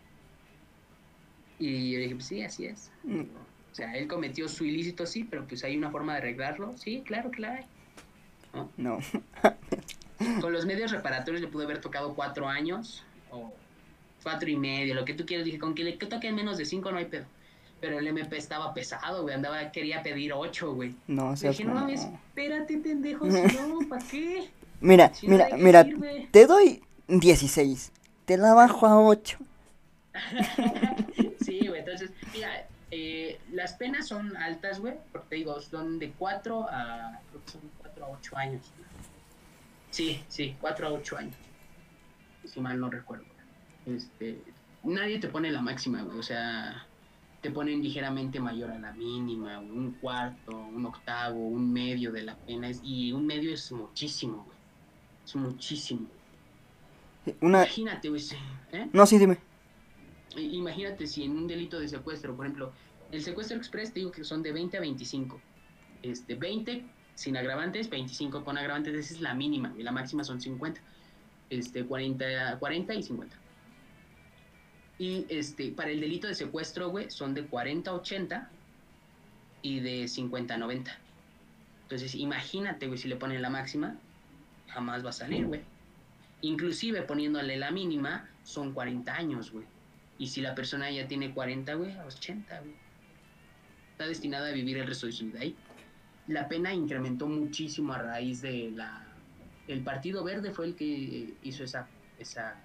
Y yo dije, pues sí, así es. Mm, Digo, o sea, él cometió su ilícito, sí, pero pues hay una forma de arreglarlo. Sí, claro que la hay, ¿no? no. Con los medios reparatorios le pudo haber tocado cuatro años o cuatro y medio, lo que tú quieras. Dije, con que le toquen menos de cinco no hay pedo. Pero el M P estaba pesado, güey. Andaba, quería pedir ocho, güey. No Le seas dije, no mamá. mames, espérate, pendejo, si no, ¿para qué? Mira, Si no, mira, ¿de qué mira, sirve? te doy dieciséis. Te la bajo a ocho. Sí, güey, entonces, mira, eh, las penas son altas, güey, porque te digo, son de cuatro a, creo que son cuatro a ocho años. Sí, sí, cuatro a ocho años, si mal no recuerdo. Este, nadie te pone la máxima, güey, o sea, te ponen ligeramente mayor a la mínima, un cuarto, un octavo, un medio de la pena, es, y un medio es muchísimo, güey, es muchísimo. Una... Imagínate, güey, sí, ¿eh? No, sí, dime. Imagínate si en un delito de secuestro, por ejemplo, el secuestro express te digo que son de veinte a veinticinco. Este, veinte sin agravantes, veinticinco con agravantes, esa es la mínima, y la máxima son cincuenta. Este, cuarenta, cuarenta y cincuenta. Y este, para el delito de secuestro, güey, son de cuarenta a ochenta y de cincuenta a noventa. Entonces, imagínate, güey, si le ponen la máxima, jamás va a salir, güey. Inclusive poniéndole la mínima, son cuarenta años, güey. Y si la persona ya tiene cuarenta, güey, a ochenta, güey. Está destinada a vivir el resto de su vida ahí. La pena incrementó muchísimo a raíz de la... El Partido Verde fue el que hizo esa, esa,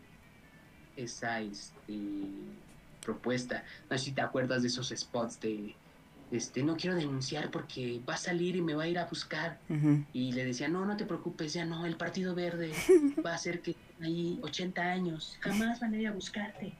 esa este, propuesta. No sé si te acuerdas de esos spots de, este, no quiero denunciar porque va a salir y me va a ir a buscar. Uh-huh. Y le decía, no, no te preocupes, ya no, el Partido Verde va a hacer que ahí ochenta años, jamás van a ir a buscarte.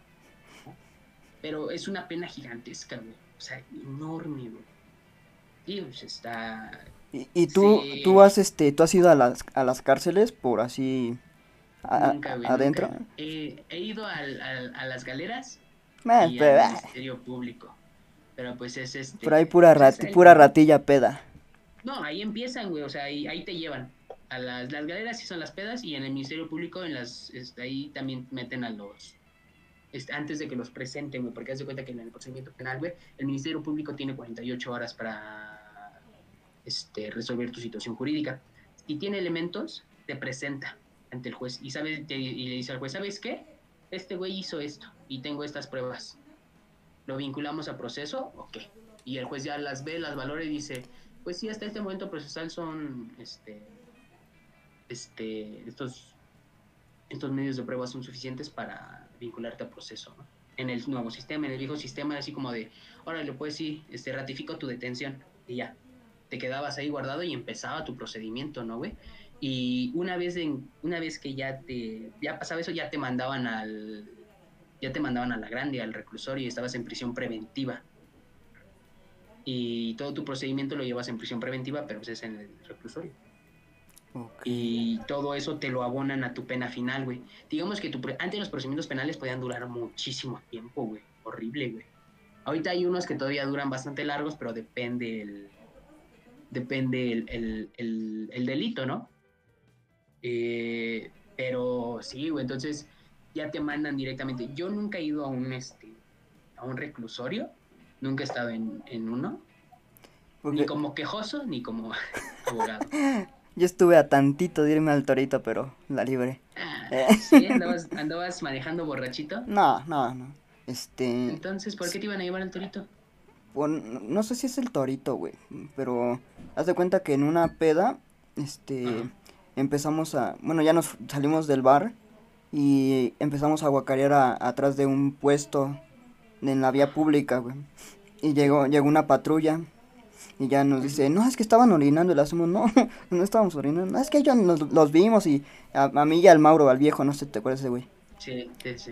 Pero es una pena gigantesca, güey. O sea, enorme, güey. Y pues está... ¿Y, y tú, tú Sí, has, este, tú has ido a las, a las cárceles por así a- nunca, a- güey, adentro? nunca. Eh, he ido al, al, a las galeras Ah, y al pero, ah, Ministerio Público. Pero pues es por ahí este... pura, Pues es rati, el, pura ratilla peda. no, ahí empiezan, güey, o sea, ahí, ahí te llevan. A las, las galeras sí son las pedas y en el Ministerio Público en las, este, ahí también meten a los... Este, antes de que los presenten, güey, porque haz de cuenta que en el procedimiento penal, güey, el Ministerio Público tiene cuarenta y ocho horas para este, resolver tu situación jurídica. Si tiene elementos, te presenta ante el juez y, sabe, te, y le dice al juez, ¿sabes qué? Este güey hizo esto y tengo estas pruebas. ¿Lo vinculamos a proceso o qué? Y el juez ya las ve, las valora y dice, pues sí, hasta este momento procesal son este, este, estos, estos medios de prueba son suficientes para vincularte a proceso, ¿no? En el nuevo sistema, en el viejo sistema, así como de, órale, pues sí, este, ratifico tu detención y ya, te quedabas ahí guardado y empezaba tu procedimiento, ¿no, güey? Y una vez, en, una vez que ya te, ya pasaba eso, ya te mandaban al, ya te mandaban a la grande, al reclusorio y estabas en prisión preventiva. Y todo tu procedimiento lo llevas en prisión preventiva, pero pues es en el reclusorio. Ok. Y todo eso te lo abonan a tu pena final, güey. Digamos que tu pre- antes los procedimientos penales podían durar muchísimo tiempo, güey. Horrible, güey. Ahorita hay unos que todavía duran bastante largos, pero depende el, depende el, el, el, el delito, ¿no? Eh, pero sí, güey, entonces ya te mandan directamente. Yo nunca he ido a un, este, a un reclusorio, nunca he estado en, en uno, Ni Porque como quejoso, ni como abogado. yo estuve a tantito de irme al torito, pero la libré. Ah, Eh, sí, andabas, andabas manejando borrachito. no, no, no. Este, Entonces, ¿por qué te iban a llevar al torito? Bueno, no sé si es el torito, güey, pero haz de cuenta que en una peda, este, Ajá. empezamos a, bueno, ya nos salimos del bar y empezamos a guacarear a- atrás de un puesto en la vía Ajá. pública, güey. Y Sí. llegó, llegó una patrulla y ya nos Ujú. dice, no, es que estaban orinando y le hacemos, no, no estábamos orinando, no, es que ellos nos, los vimos y a, a mí y al Mauro, al viejo, no sé si te acuerdas de ese güey. Sí, sí, sí.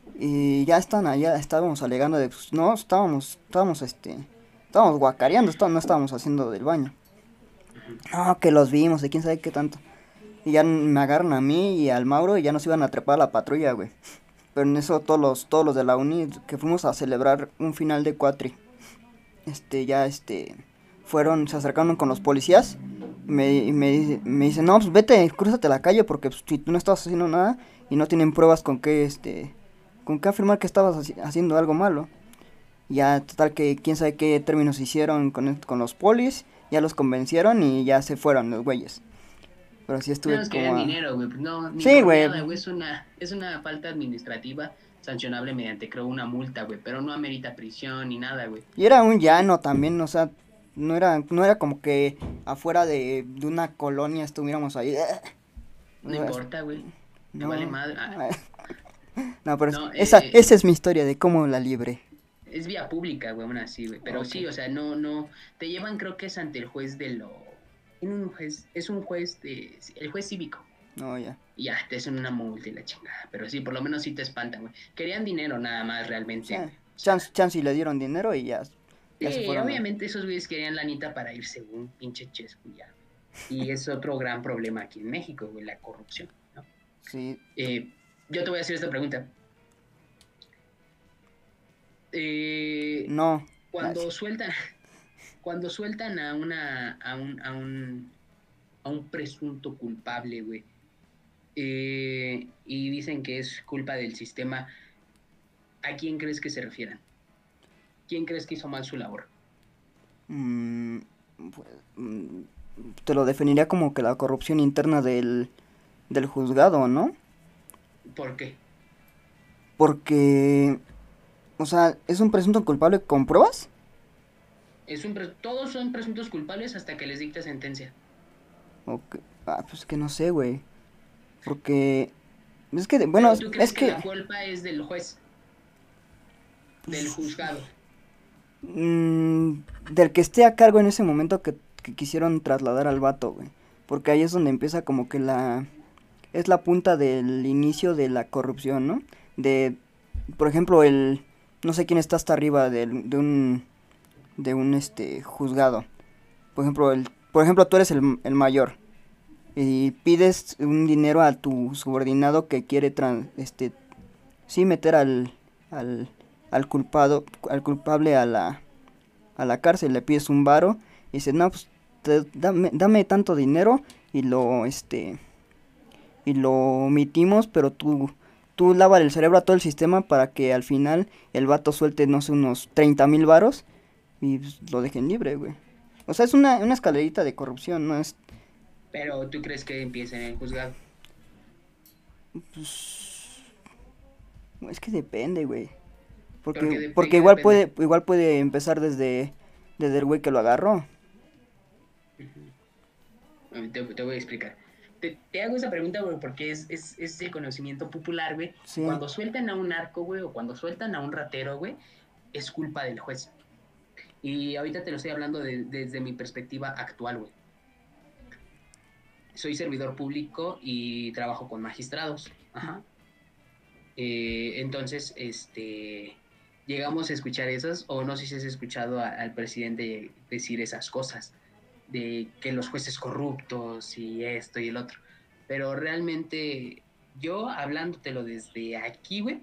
Y ya están allá, estábamos alegando de, pues, no, estábamos, estábamos, este, estábamos guacareando, está- no estábamos haciendo del baño. Ujú. No, que los vimos, de quién sabe qué tanto. Y ya me agarran a mí y al Mauro y ya nos iban a trepar a la patrulla, güey. Pero en eso todos los, todos los de la uni que fuimos a celebrar un final de cuatri, este, ya, este, fueron, se acercaron con los policías. Y me, y me, dice- me dicen, no, pues vete, crúzate la calle porque pues, si tú no estabas haciendo nada y no tienen pruebas con qué, este, con qué afirmar que estabas haci- haciendo algo malo. Ya, total que quién sabe qué términos hicieron con, con los polis, ya los convencieron y ya se fueron los güeyes. Pero sí No, estuve nos como querían a... dinero, güey. Pues no, ni Sí, por güey. nada, güey. Es una, es una falta administrativa sancionable mediante, creo, una multa, güey. Pero no amerita prisión ni nada, güey. Y era un llano también, o sea, no era, no era como que afuera de, de una colonia estuviéramos ahí. No importa, güey. Me vale No, madre. Ah, no, pero es- no, esa, eh, esa es mi historia de cómo la libré. es vía pública, güey, aún así, güey. Pero Ok, sí, o sea, no, no. Te llevan, creo que es ante el juez de lo. En un juez, es un juez de. El juez cívico. no, ya. Y ya, te hacen una multa y la chingada. Pero sí, por lo menos sí te espantan, güey. Querían dinero nada más O realmente, sea, güey. O sea, chance, chance y le dieron dinero y ya, ya se sí, fueron. A- obviamente esos güeyes querían lanita para irse un pinche chesco ya. Y es otro gran problema aquí en México, güey, la corrupción, ¿no? Sí, Eh, yo te voy a hacer esta pregunta. Eh, no. Ah, sí. cuando sueltan, cuando sueltan a una, a un, a un, a un presunto culpable, güey, eh, y dicen que es culpa del sistema, ¿a quién crees que se refieran? ¿Quién crees que hizo mal su labor? Mm, pues, mm, te lo definiría como que la corrupción interna del, del juzgado, ¿no? ¿Por qué? Porque, o sea, es un presunto culpable con pruebas. Es un pre- todos son presuntos culpables hasta que les dicta sentencia. O que- ah, pues que no sé, güey. Porque, es que, bueno, Pero es, tú es crees que la que, culpa es del juez, del juzgado. mm, del que esté a cargo en ese momento que, que quisieron trasladar al vato, güey. Porque ahí es donde empieza como que la, es la punta del inicio de la corrupción, ¿no? De, por ejemplo, el, no sé quién está hasta arriba del- de un, de un, este, juzgado. Por ejemplo, el, por ejemplo, tú eres el, el mayor y pides un dinero a tu subordinado que quiere tran- este sí meter al, al al culpado al culpable a la a la cárcel, le pides un varo y dices, "No, pues te- dame, dame tanto dinero y lo este y lo omitimos, pero tú tú lávale el cerebro a todo el sistema para que al final el vato suelte, no sé, unos treinta mil varos y pues, lo dejen libre, güey. O sea, es una, una escalerita de corrupción, no es... Pero tú crees que empieza en el juzgado. Pues, es que depende, güey. Porque, Porque de, de porque qué igual depende. puede, igual puede empezar desde, desde el güey que lo agarró. Uh-huh. Te, te, voy a explicar. Te, te, hago esa pregunta, güey, porque es, es, es el conocimiento popular, güey. Sí. Cuando sueltan a un narco, güey, o cuando sueltan a un ratero, güey, es culpa del juez. Y ahorita te lo estoy hablando de, desde mi perspectiva actual, güey. Soy servidor público y trabajo con magistrados. Ajá. Eh, entonces, este, llegamos a escuchar esas, o no sé si has escuchado a, al presidente decir esas cosas, de que los jueces corruptos y esto y el otro. Pero realmente, yo hablándotelo desde aquí, güey,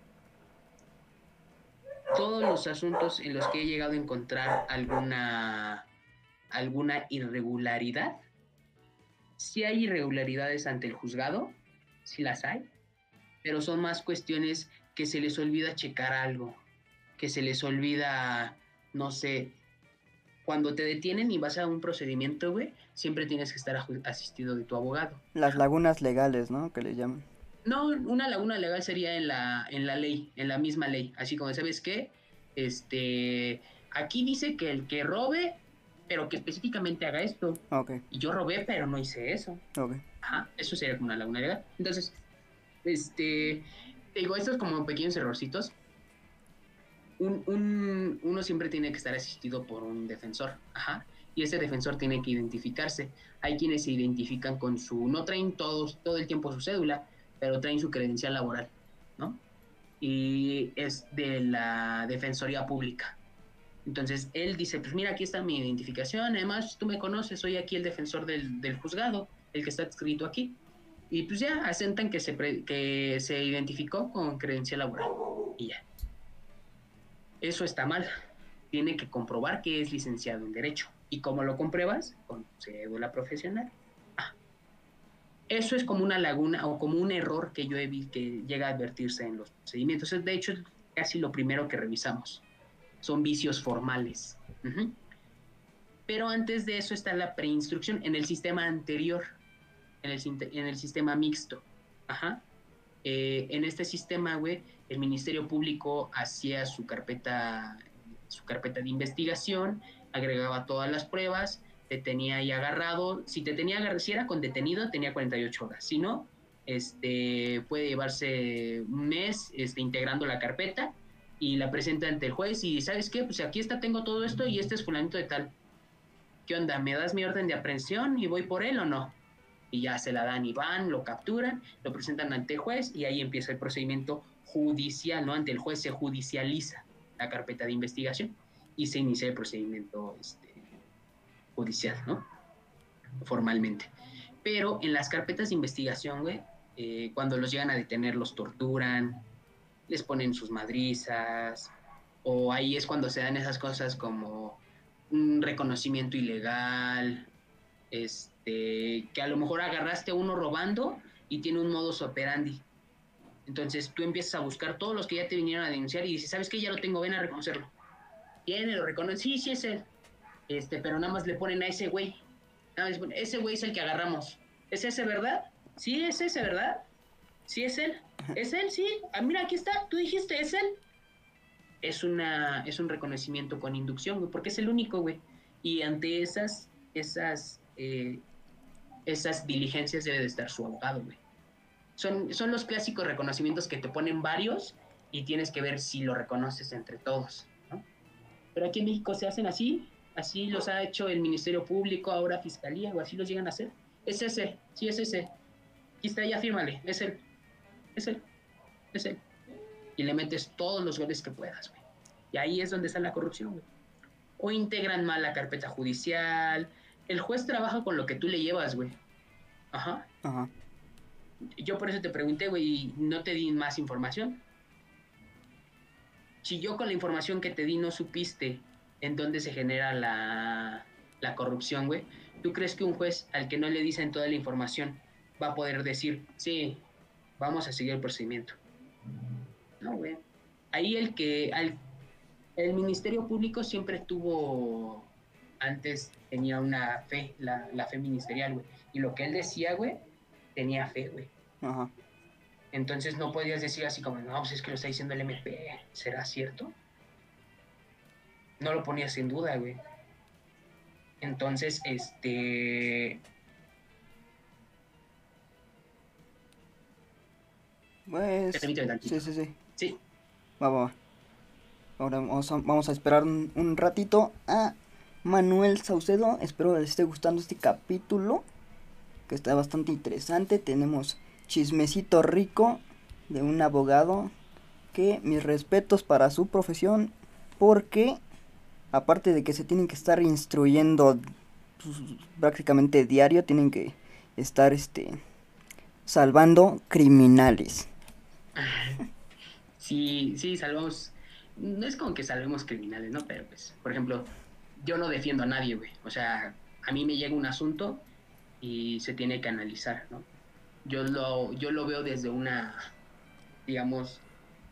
todos los asuntos en los que he llegado a encontrar alguna, alguna irregularidad, sí hay irregularidades ante el juzgado, sí las hay, pero son más cuestiones que se les olvida checar algo, que se les olvida, no sé, cuando te detienen y vas a un procedimiento, güey, siempre tienes que estar asistido de tu abogado. Las lagunas legales, ¿no? Que le llaman. No, una laguna legal sería en la, en la ley, en la misma ley. Así como, ¿sabes qué? Este, aquí dice que el que robe, pero que específicamente haga esto. Okay. Y yo robé, pero no hice eso. Okay. Ajá, eso sería como una laguna legal. Entonces, este, te digo, estos como pequeños errorcitos. Un, un, uno siempre tiene que estar asistido por un defensor. Ajá. Y ese defensor tiene que identificarse. Hay quienes se identifican con su, no traen todos, todo el tiempo su cédula, pero traen su credencial laboral, ¿no? Y es de la Defensoría Pública. Entonces él dice, pues mira, aquí está mi identificación, además tú me conoces, soy aquí el defensor del, del juzgado, el que está escrito aquí. Y pues ya asentan que se, pre, que se identificó con credencial laboral. Y ya. Eso está mal. Tiene que comprobar que es licenciado en Derecho. ¿Y cómo lo compruebas? Con cédula profesional. Ah. Eso es como una laguna o como un error que yo he visto que llega a advertirse en los procedimientos. De hecho, es casi lo primero que revisamos. Son vicios formales. Uh-huh. Pero antes de eso está la preinstrucción en el sistema anterior, en el, en el sistema mixto. Ajá. Eh, en este sistema, güey, el Ministerio Público hacía su carpeta, su carpeta de investigación, agregaba todas las pruebas, te tenía ahí agarrado. Si te tenía agarrado, si era con detenido, tenía cuarenta y ocho horas. Si no, este, puede llevarse un mes este, integrando la carpeta y la presenta ante el juez y ¿sabes qué? Pues aquí está, tengo todo esto y este es fulanito de tal. ¿Qué onda? ¿Me das mi orden de aprehensión y voy por él o no? Y ya se la dan y van, lo capturan, lo presentan ante el juez y ahí empieza el procedimiento judicial, ¿no? Ante el juez se judicializa la carpeta de investigación y se inicia el procedimiento este, judicial, ¿no? Formalmente. Pero en las carpetas de investigación, güey, eh, cuando los llegan a detener, los torturan, les ponen sus madrizas, o ahí es cuando se dan esas cosas como un reconocimiento ilegal, este, que a lo mejor agarraste a uno robando y tiene un modus operandi. Entonces tú empiezas a buscar todos los que ya te vinieron a denunciar y dices, ¿sabes qué? Ya lo tengo, ven a reconocerlo. Viene, lo reconoce, sí, sí es él. Este, pero nada más le ponen a ese güey. Nada más ponen, ese güey es el que agarramos. ¿Es ese, verdad? Sí, es ese, ¿verdad? Sí, es él. ¿Es él? Sí. Ah, mira, aquí está. Tú dijiste, ¿es él? Es, una, es un reconocimiento con inducción, güey, porque es el único, güey. Y ante esas, esas, eh, esas diligencias debe de estar su abogado, güey. Son, son los clásicos reconocimientos que te ponen varios y tienes que ver si lo reconoces entre todos, ¿no? Pero aquí en México se hacen así, así los ha hecho el Ministerio Público, ahora Fiscalía, o así los llegan a hacer. Es ese, sí es ese. Aquí está, ya fírmale, es él, es él, es él. Y le metes todos los goles que puedas, güey. Y ahí es donde está la corrupción, güey. O integran mal la carpeta judicial. El juez trabaja con lo que tú le llevas, güey. Ajá. Ajá. Yo por eso te pregunté, güey, no te di más información. Si yo con la información que te di no supiste en dónde se genera la, la corrupción, güey, ¿tú crees que un juez al que no le dicen toda la información va a poder decir, sí, vamos a seguir el procedimiento? No, güey. Ahí el que, al, el Ministerio Público siempre tuvo, antes tenía una fe, la, la fe ministerial, güey. Y lo que él decía, güey, tenía fe, güey. Ajá. Entonces no podías decir así como, no, pues es que lo está diciendo el M P, ¿será cierto? No lo ponías en duda, güey. Entonces, este... Pues... Permíteme tantito. Sí, sí, sí. Sí. Va, va, va. Ahora vamos a, vamos a esperar un, un ratito a Manuel Saucedo. Espero les esté gustando este capítulo, que está bastante interesante. Tenemos chismecito rico de un abogado, que mis respetos para su profesión, porque aparte de que se tienen que estar instruyendo pues, prácticamente diario, tienen que estar este salvando criminales. Sí, sí, salvamos, no es como que salvemos criminales, ¿no? Pero pues, por ejemplo, yo no defiendo a nadie, güey. O sea, a mí me llega un asunto y se tiene que analizar, ¿no? Yo lo, yo lo veo desde una, digamos,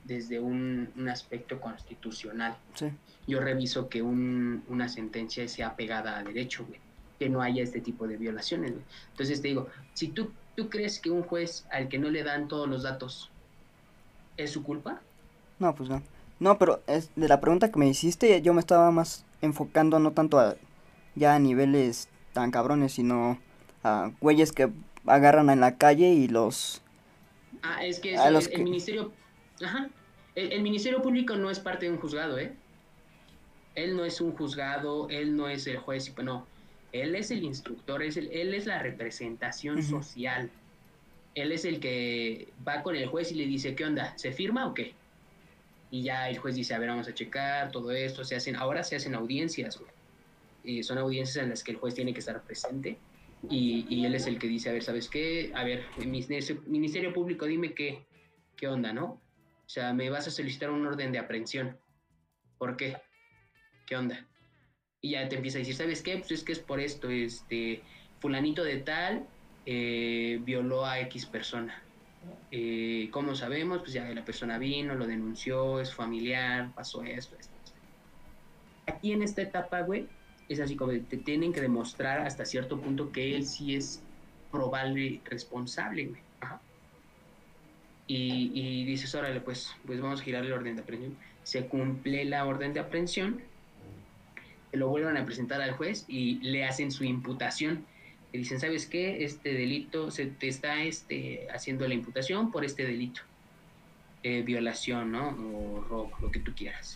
desde un, un aspecto constitucional. Sí. Yo reviso que un, una sentencia sea pegada a derecho, güey, que no haya este tipo de violaciones, güey. Entonces te digo, si tú, tú crees que un juez al que no le dan todos los datos es su culpa. No, pues no. No, pero es de la pregunta que me hiciste, yo me estaba más enfocando no tanto a ya a niveles tan cabrones, sino a güeyes que agarran en la calle y los Ah, es que a eso, los el, el que ministerio, ajá, el, el ministerio público no es parte de un juzgado, ¿eh? Él no es un juzgado, él no es el juez, no, él es el instructor, es el, él es la representación uh-huh. social. Él es el que va con el juez y le dice, ¿qué onda? ¿Se firma o qué? Y ya el juez dice, a ver, vamos a checar todo esto, se hacen, ahora se hacen audiencias, güey. Y son audiencias en las que el juez tiene que estar presente y, y él es el que dice, a ver, ¿sabes qué? A ver, el ministerio, ministerio Público, dime qué, qué onda, ¿no? O sea, me vas a solicitar un orden de aprehensión. ¿Por qué? ¿Qué onda? Y ya te empieza a decir, ¿sabes qué? Pues es que es por esto, este, fulanito de tal eh, violó a X persona. Eh, ¿Cómo sabemos? Pues ya la persona vino, lo denunció, es familiar, pasó esto, esto, esto. Aquí en esta etapa, güey, es así como te tienen que demostrar hasta cierto punto que él sí es probable responsable, güey. Ajá. Y, y dices, órale, pues, pues vamos a girar la orden de aprehensión. Se cumple la orden de aprehensión, lo vuelvan a presentar al juez y le hacen su imputación. Le dicen, ¿sabes qué? Este delito, se te está este, haciendo la imputación por este delito. Eh, violación, ¿no? O robo, lo que tú quieras.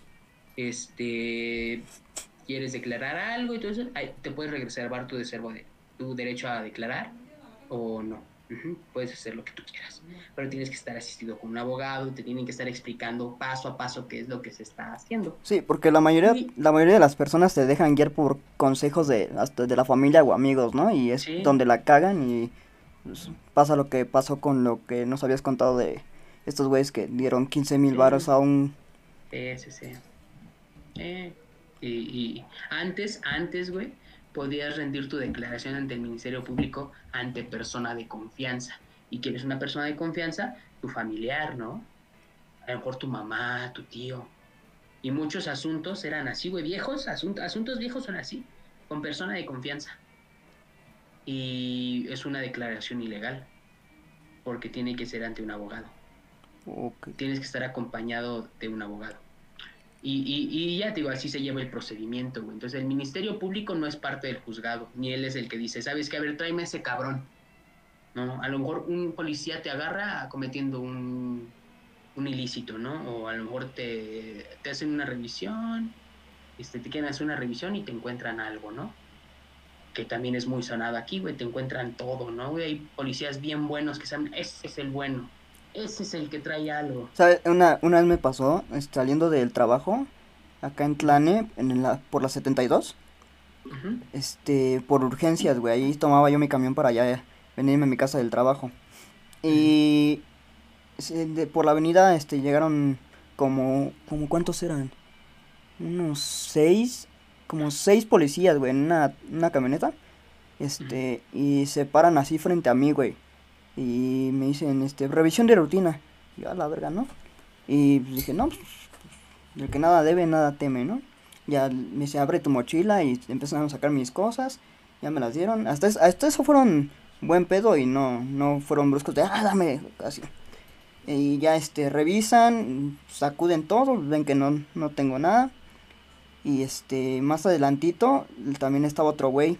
Este, ¿quieres declarar algo? Y todo eso, ahí te puedes reservar tu, de, tu derecho a declarar o no. Uh-huh. Puedes hacer lo que tú quieras, pero tienes que estar asistido con un abogado, te tienen que estar explicando paso a paso qué es lo que se está haciendo. Sí, porque la mayoría, Y, la mayoría de las personas te dejan guiar por consejos de, hasta de la familia o amigos, ¿no? Y es sí, donde la cagan y pues, pasa lo que pasó con lo que nos habías contado de estos güeyes que dieron quince mil varos sí, a un... sí, sí, sí. Eh, y, y antes, antes, güey, podías rendir tu declaración ante el Ministerio Público ante persona de confianza. ¿Y quién es una persona de confianza? Tu familiar, ¿no? A lo mejor tu mamá, tu tío. Y muchos asuntos eran así, güey, viejos, asuntos, asuntos viejos son así, con persona de confianza. Y es una declaración ilegal, porque tiene que ser ante un abogado. Okay. Tienes que estar acompañado de un abogado. Y, y, y ya te digo, así se lleva el procedimiento, güey. Entonces el Ministerio Público no es parte del juzgado, ni él es el que dice, ¿sabes qué? A ver, tráeme a ese cabrón. No, a lo mejor un policía te agarra cometiendo un, un ilícito, ¿no? O a lo mejor te, te hacen una revisión, este, te quieren hacer una revisión y te encuentran algo, ¿no? Que también es muy sonado aquí, güey, te encuentran todo, ¿no? Güey, hay policías bien buenos que saben, ese es el bueno, ese es el que trae algo. ¿Sabes? Una, una vez me pasó, este, saliendo del trabajo, acá en Uh-huh. Tlane, en la, por la setenta y dos, Uh-huh. este, por urgencias, güey, ahí tomaba yo mi camión para allá, venirme a mi casa del trabajo. Uh-huh. Y de, por la avenida, este, llegaron como, como ¿cuántos eran? Unos seis, como seis policías, güey, en una, una camioneta, Uh-huh. este, y se paran así frente a mí, güey, y me dicen, este, revisión de rutina, y yo, a la verga, ¿no? Y pues dije, no, pues, el que nada debe, nada teme, ¿no? Ya me dice, abre tu mochila y empezaron a sacar mis cosas, ya me las dieron, hasta, es, hasta eso fueron buen pedo y no, no fueron bruscos de, ah, dame, así. Y ya, este, revisan, sacuden todo, ven que no, no tengo nada. Y este, más adelantito, también estaba otro güey.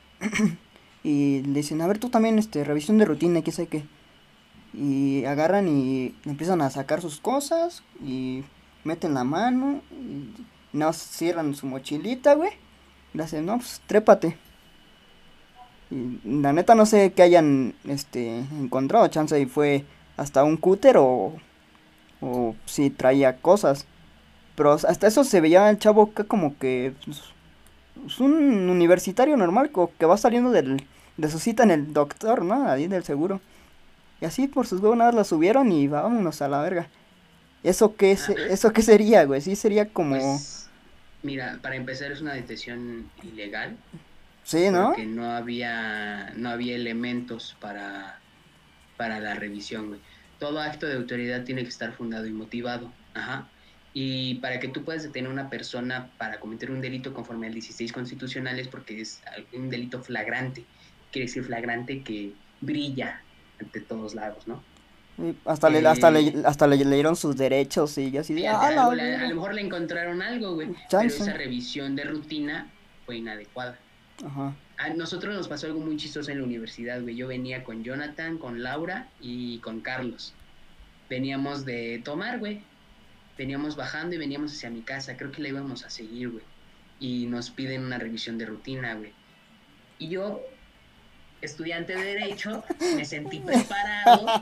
Y le dicen, a ver, tú también, este, revisión de rutina, qué sé qué. Y agarran y empiezan a sacar sus cosas y meten la mano y no cierran su mochilita, güey. Y le hacen, no, pues trépate. Y la neta no sé qué hayan este encontrado, chance y fue hasta un cúter o, o si traía cosas. Pero hasta eso se veía el chavo que como que pues, es un universitario normal que va saliendo del, de su cita en el doctor, ¿no? Ahí del seguro. Y así por sus huevos nada la subieron y vámonos a la verga. ¿Eso qué, es, Ah, eso qué sería, güey? Sí, sería como... pues, mira, para empezar es una detención ilegal Sí, ¿no? porque no había, no había elementos para, para la revisión, güey. todo acto de autoridad tiene que estar fundado y motivado. Ajá. Y para que tú puedas detener a una persona para cometer un delito conforme al dieciséis constitucional es porque es un delito flagrante. Quiere decir flagrante que brilla ante todos lados, ¿no? Y hasta le, hasta le, Eh, hasta le leyeron sus derechos y yo así de, fíjate, ah, la algo, a verga. lo mejor le encontraron algo, güey, pero Chance. esa revisión de rutina fue inadecuada. Ajá. A nosotros nos pasó algo muy chistoso en la universidad, güey. Yo venía con Jonathan, con Laura y con Carlos. Veníamos de tomar, güey. Veníamos bajando y veníamos hacia mi casa. Creo que la íbamos a seguir, güey. Y nos piden una revisión de rutina, güey. Y yo, estudiante de Derecho, me sentí preparado.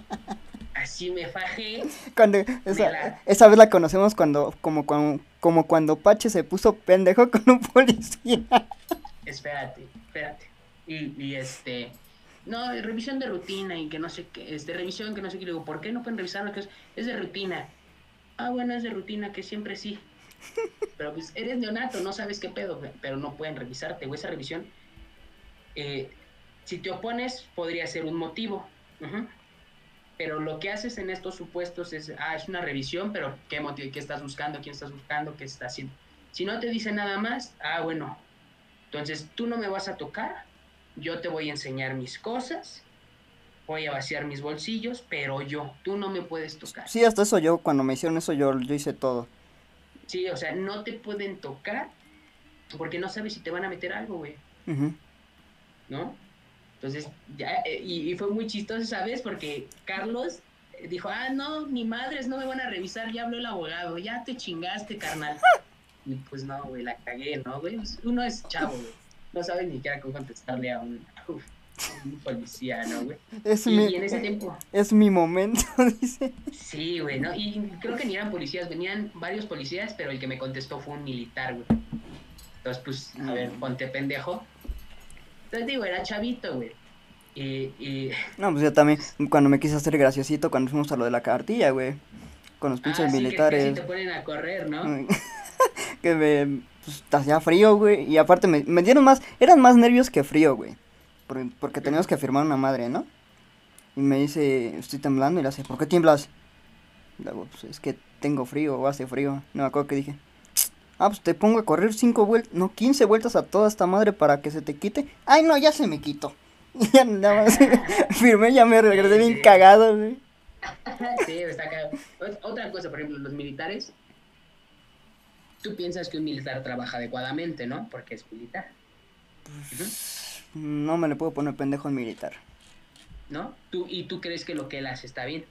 Así me fajé. Cuando, Me esa, la... esa vez la conocemos cuando, como, cuando, como cuando Pache se puso pendejo con un policía. Espérate, espérate. Y, y este... No, revisión de rutina y que no sé qué. Este, revisión que no sé qué. Le digo, ¿por qué no pueden revisar lo que es? Es de rutina. Ah, bueno, es de rutina, que siempre sí. Pero pues eres neonato, no sabes qué pedo, pero no pueden revisarte, o esa revisión. Eh, si te opones, podría ser un motivo. Uh-huh. Pero lo que haces en estos supuestos es, ah, es una revisión, pero ¿qué motivo? ¿Qué estás buscando? ¿Quién estás buscando? ¿Qué estás haciendo? Si no te dice nada más, ah, bueno, entonces tú no me vas a tocar, yo te voy a enseñar mis cosas, voy a vaciar mis bolsillos, pero yo, tú no me puedes tocar. Sí, hasta eso yo, cuando me hicieron eso yo, yo hice todo. Sí, o sea, no te pueden tocar porque no sabes si te van a meter algo, güey. Uh-huh. ¿No? Entonces, ya, eh, y, y fue muy chistoso, ¿sabes? Porque Carlos dijo, ah, no, ni madres, no me van a revisar, ya habló el abogado, ya te chingaste, carnal. Y pues no, güey, la cagué, ¿no, güey? Uno es chavo, güey. No sabe ni siquiera cómo contestarle a un, uf, a un policía, ¿no, güey? Es Y, mi, y en ese tiempo, es mi momento, dice. sí, güey, ¿no? Y creo que ni eran policías, venían varios policías, pero el que me contestó fue un militar, güey. Entonces, pues, a ver, ponte pendejo. Entonces, digo, era chavito, güey. Y, y... No, pues yo también, cuando me quise hacer graciosito cuando fuimos a lo de la cartilla, güey. Con los pinches Ah, sí, que casi militares. te ponen a correr, ¿no? Que me, pues, hacía frío, güey. Y aparte me, me dieron más, eran más nervios que frío, güey. Porque, porque teníamos que firmar una madre, ¿no? Y me dice, estoy temblando. Y le hace, ¿por qué tiemblas? Y le hago, pues es que tengo frío o hace frío. No me acuerdo que dije. Ah, pues te pongo a correr cinco vueltas, no, quince vueltas a toda esta madre para que se te quite. Ay, no, ya se me quitó. Y ya nada más firmé, ya me regresé Sí, bien sí. cagado, güey. Sí, está cagado. Otra cosa, por ejemplo, los militares, tú piensas que un militar trabaja adecuadamente, ¿no? Porque es militar. Uh-huh. No me le puedo poner pendejo en militar. ¿No? Tú, y tú crees que lo que él hace está bien.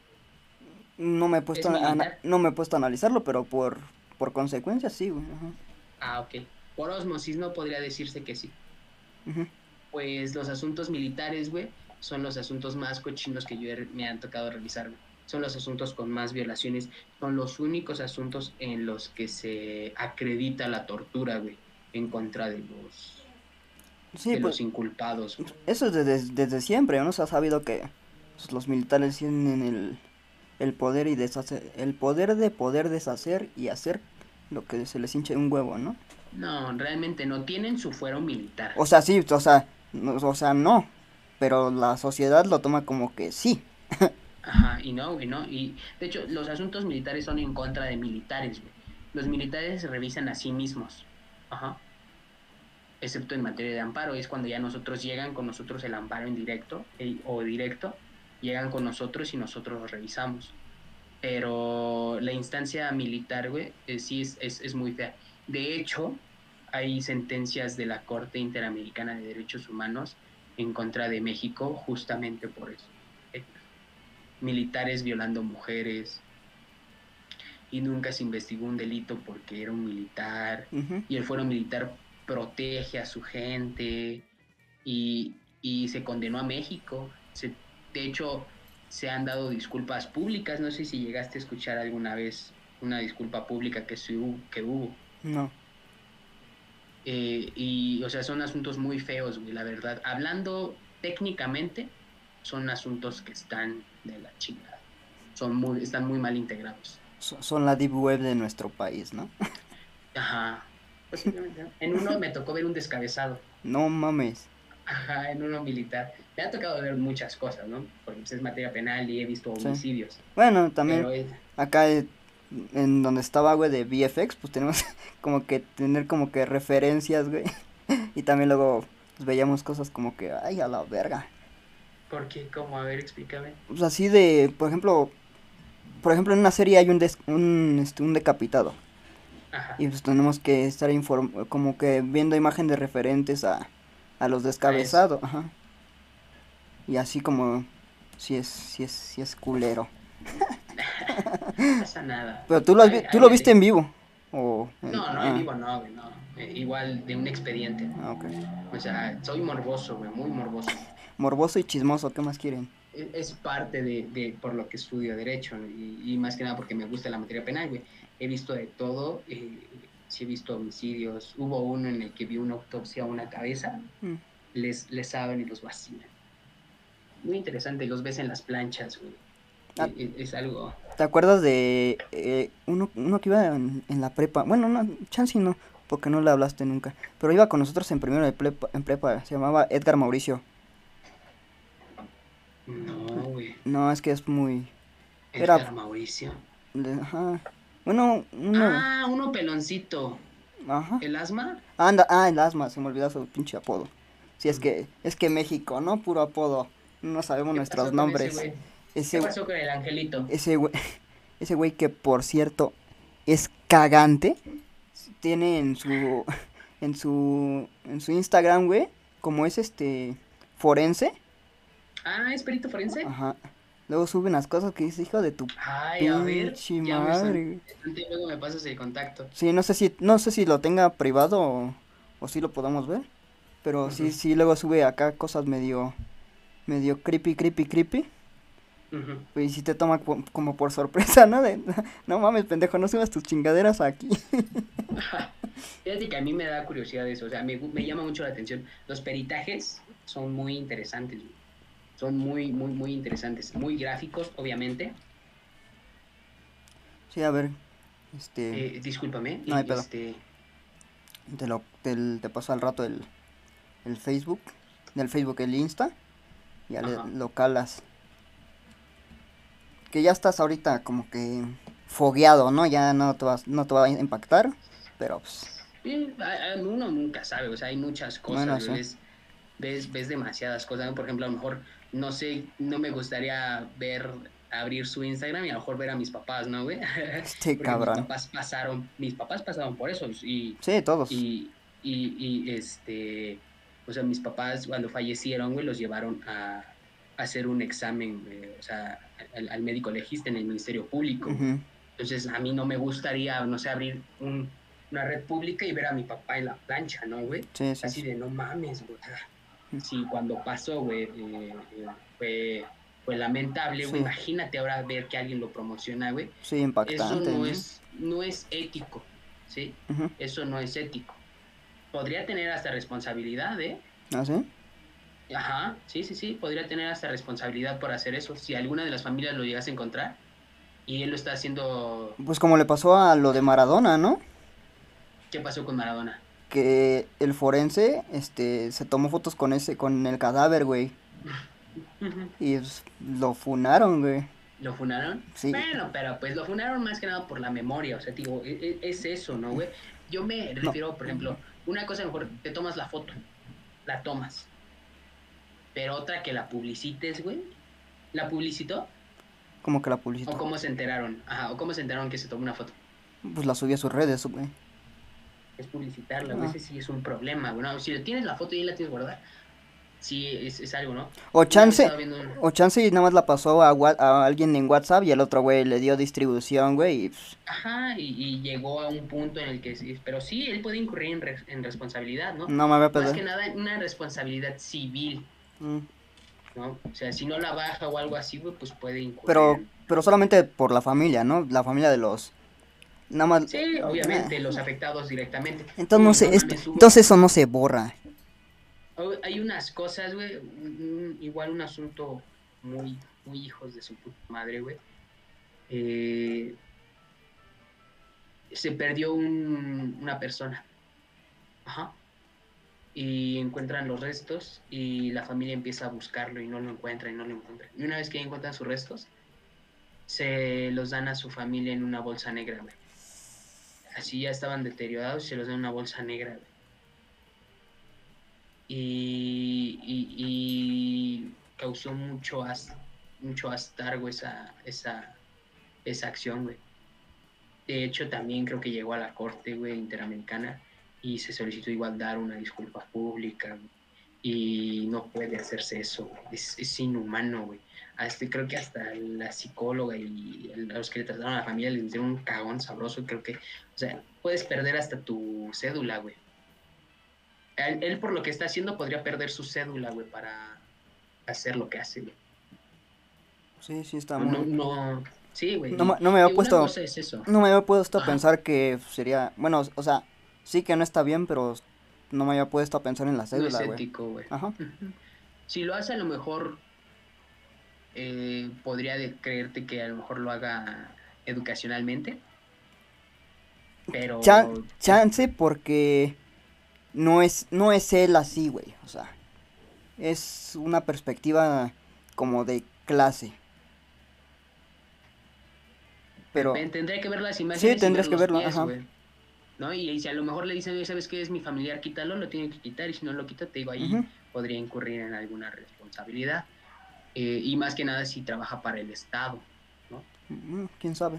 No me he puesto ¿Es a, ana- militar? no me he puesto a analizarlo, pero por, por consecuencia sí, güey. Ajá. Ah, ok. Por osmosis no podría decirse que sí. Ujú. Pues los asuntos militares, güey, son los asuntos más cochinos que yo he, me han tocado revisar, güey. Son los asuntos con más violaciones, son los únicos asuntos en los que se acredita la tortura, güey, en contra de los Sí, de pues los inculpados, güey. eso es desde, desde siempre, ¿no? Se ha sabido que pues, los militares tienen el, el poder y deshacer, el poder de poder deshacer y hacer lo que se les hinche un huevo, ¿no? No, realmente no tienen su fuero militar. O sea, sí, o sea, no, o sea, no, pero la sociedad lo toma como que sí. Ajá, y no, güey, no. Y de hecho, los asuntos militares son en contra de militares, güey. Los militares se revisan a sí mismos. Ajá. Excepto en materia de amparo, es cuando ya nosotros llegan con nosotros el amparo en directo eh, o directo, llegan con nosotros y nosotros los revisamos. Pero la instancia militar, güey, eh, sí es, es, es muy fea. De hecho, hay sentencias de la Corte Interamericana de Derechos Humanos en contra de México justamente por eso. Eh, militares violando mujeres y nunca se investigó un delito porque era un militar Ujú. y el fuero militar protege a su gente y, y se condenó a México. Se, de hecho, se han dado disculpas públicas. No sé si llegaste a escuchar alguna vez una disculpa pública que, se, que hubo. No. Eh, y, o sea, son asuntos muy feos, güey, la verdad. Hablando técnicamente, son asuntos que están de la chingada. Son muy, están muy mal integrados. So- son la deep web de nuestro país, ¿no? Ajá. Posiblemente, ¿no? En uno me tocó ver un descabezado. No mames. Ajá, en uno militar. Me ha tocado ver muchas cosas, ¿no? Porque pues, es materia penal y he visto Sí. homicidios. Bueno, también Pero es... acá eh, en donde estaba, güey, de V F X, pues tenemos como que tener como que referencias, güey. Y también luego pues, veíamos cosas como que, ay, a la verga. ¿Por qué? ¿Cómo? A ver, explícame. Pues así de, por ejemplo, por ejemplo en una serie hay un, des- un, este, un decapitado. Ajá. Y pues tenemos que estar inform como que viendo imágenes referentes a, a los A eso. descabezados, ajá. Y así como, si es, si es, si es culero. No pasa nada. Pero tú lo, has Hay, vi- tú hay lo viste gente... en vivo. O en- No, no, en ah, vivo no, güey, no. Eh, igual de un expediente. ah, ok. O sea, soy morboso, güey, muy morboso. Morboso y chismoso, ¿qué más quieren? E- Es parte de, de por lo que estudio Derecho, ¿no? y, y más que nada porque me gusta la materia penal, güey. He visto de todo, eh, sí he visto homicidios. Hubo uno en el que vi una autopsia a una cabeza, Mm. les, les saben y los vacilan. Muy interesante, los ves en las planchas, güey. Ah, E- e- Es algo... ¿te acuerdas de eh, uno, uno que iba en, en la prepa? Bueno, no, chance no, porque no le hablaste nunca. Pero iba con nosotros en primero de prepa, en prepa, se llamaba Edgar Mauricio. No, güey. No, es que es muy... Era... Edgar Mauricio. Ajá. Bueno, uno... Ah, uno peloncito. Ajá. ¿El asma? Anda, ah, el asma, se me olvidó su pinche apodo. Sí, es Mm. que, es que México, ¿no? Puro apodo. No sabemos ¿Qué nuestros pasó con ese nombres. güey? ¿Qué Ese, pasó con el angelito? ese güey, ese güey que por cierto es cagante, tiene en su, en su, en su Instagram, güey, como es este forense, Ah, ¿es perito forense? ajá. Luego sube unas cosas que dice, hijo de tu Ay, a ver, pinche ya me son. madre, güey. Luego me pasas el contacto. Sí, no sé si, no sé si lo tenga privado o, o si lo podamos ver, pero sí, Ujú, sí, luego sube acá cosas medio, medio creepy, creepy, creepy. ujú. Y si te toma po- como por sorpresa, ¿no? De, no mames, pendejo, no subas tus chingaderas aquí. Fíjate que a mí me da curiosidad eso, o sea, me, gu- me llama mucho la atención. Los peritajes son muy interesantes, güey. Son muy, muy, muy interesantes. Muy gráficos, obviamente. Sí, a ver, este, Eh, discúlpame, no hay y pedo. este... Te lo, te, te paso al rato el, el Facebook, del Facebook el Insta, y ya le- Ajá. lo calas. Que ya estás ahorita como que fogueado, ¿no? Ya no te vas, no te va a impactar, pero pues, Sí, a- a- uno nunca sabe, o sea, hay muchas bueno, cosas, güey, sí. ves, ves, ves demasiadas cosas, ¿no? Por ejemplo, a lo mejor, no sé, no me gustaría ver, abrir su Instagram y a lo mejor ver a mis papás, ¿no, güey? Este Porque mis cabrón. papás pasaron, mis papás pasaron por eso y, Sí, todos. y, y, y este, o sea, mis papás cuando fallecieron, güey, los llevaron a, a hacer un examen, eh, o sea, al, al médico legista en el Ministerio Público, güey. Ujú. Entonces, a mí no me gustaría, no sé, abrir un, una red pública y ver a mi papá en la plancha, ¿no, güey? Sí, sí, Así sí. de, no mames, güey. Sí, cuando pasó, güey, eh, eh, fue, fue lamentable, güey. Sí, Imagínate ahora ver que alguien lo promociona, güey. sí, Eso impactante, no ¿no? es, no es ético, ¿sí? Ujú. Eso no es ético. Podría tener hasta responsabilidad, ¿eh? ¿Ah, sí? Ajá, sí, sí, sí, podría tener hasta responsabilidad por hacer eso. Si alguna de las familias lo llegase a encontrar y él lo está haciendo, Pues como le pasó a lo de Maradona, ¿no? ¿qué pasó con Maradona? Que el forense, este, se tomó fotos con ese, con el cadáver, güey. Y pues, lo funaron, güey. ¿Lo funaron? Sí. Bueno, pero pues lo funaron más que nada por la memoria, o sea, digo, e- e- es, eso, ¿no, güey? Yo me No, refiero, por ejemplo, una cosa mejor, te tomas la foto, la tomas, pero otra que la publicites, güey. ¿La publicitó? como que la ¿O publicitó. cómo se enteraron? Ajá, ¿o cómo se enteraron que se tomó una foto? Pues la subió a sus redes, güey. Es publicitarla, güey, Ah. ese sí es un problema, güey. No, si le tienes la foto y ahí la tienes guardada, sí, es, es algo, ¿no? O Una vez chance, estaba viendo un... o chance y nada más la pasó a, wa- a alguien en WhatsApp y el otro güey le dio distribución, güey. Y pues, Ajá, y, y llegó a un punto en el que sí, pero sí, él puede incurrir en, re- en responsabilidad, ¿no? no me había Más pedido. que nada, una responsabilidad civil, Mm. ¿no? O sea, si no la baja o algo así, güey, pues puede incurrir Pero, en... pero solamente por la familia, ¿no? La familia de los... Nada más... Sí, obviamente, eh, los afectados directamente. Entonces no Uy, se, no este, mames, hubo... entonces eso no se borra. Oh, hay unas cosas, güey, un- igual un asunto muy, muy hijos de su puta madre, güey. Eh, se perdió un, una persona. Ajá. y encuentran los restos y la familia empieza a buscarlo y no lo encuentra y no lo encuentra. Y una vez que encuentran sus restos, se los dan a su familia en una bolsa negra, güey. Así ya estaban deteriorados y se los dan en una bolsa negra, güey. Y, y, y causó mucho, as, mucho astargo esa, esa, esa acción, güey. De hecho, también creo que llegó a la Corte, güey, Interamericana y se solicitó igual dar una disculpa pública, güey. Y no puede hacerse eso, güey. Es, es inhumano, güey. Hasta, creo que hasta la psicóloga y el, los que le trataron a la familia les dieron un cagón sabroso. Creo que, o sea, puedes perder hasta tu cédula, güey. Él, él, por lo que está haciendo, podría perder su cédula, güey, para hacer lo que hace, güey. Sí, sí, está No, no, muy... no, sí, güey. No, me- Y, no me había y una puesto... cosa es eso. No me había puesto a Ajá. pensar que sería... Bueno, o sea, sí que no está bien, pero no me había puesto a pensar en la No es cédula, güey. ético, güey. Ajá. Uh-huh. Si lo hace, a lo mejor eh, podría de creerte que a lo mejor lo haga educacionalmente, Chan- pero es, chance porque no es, no es él así, güey. O sea, es una perspectiva como de clase. Pero depende, tendría que ver las sí, imágenes y ver tendrías que los verlo, pies, ajá. güey. ¿No? Y, y si a lo mejor le dicen, ¿sabes qué es mi familiar? Quítalo, lo tiene que quitar, y si no lo quita, te digo, ahí Ujú. podría incurrir en alguna responsabilidad. Eh, y más que nada si trabaja para el Estado, ¿no? Ujú, quién sabe.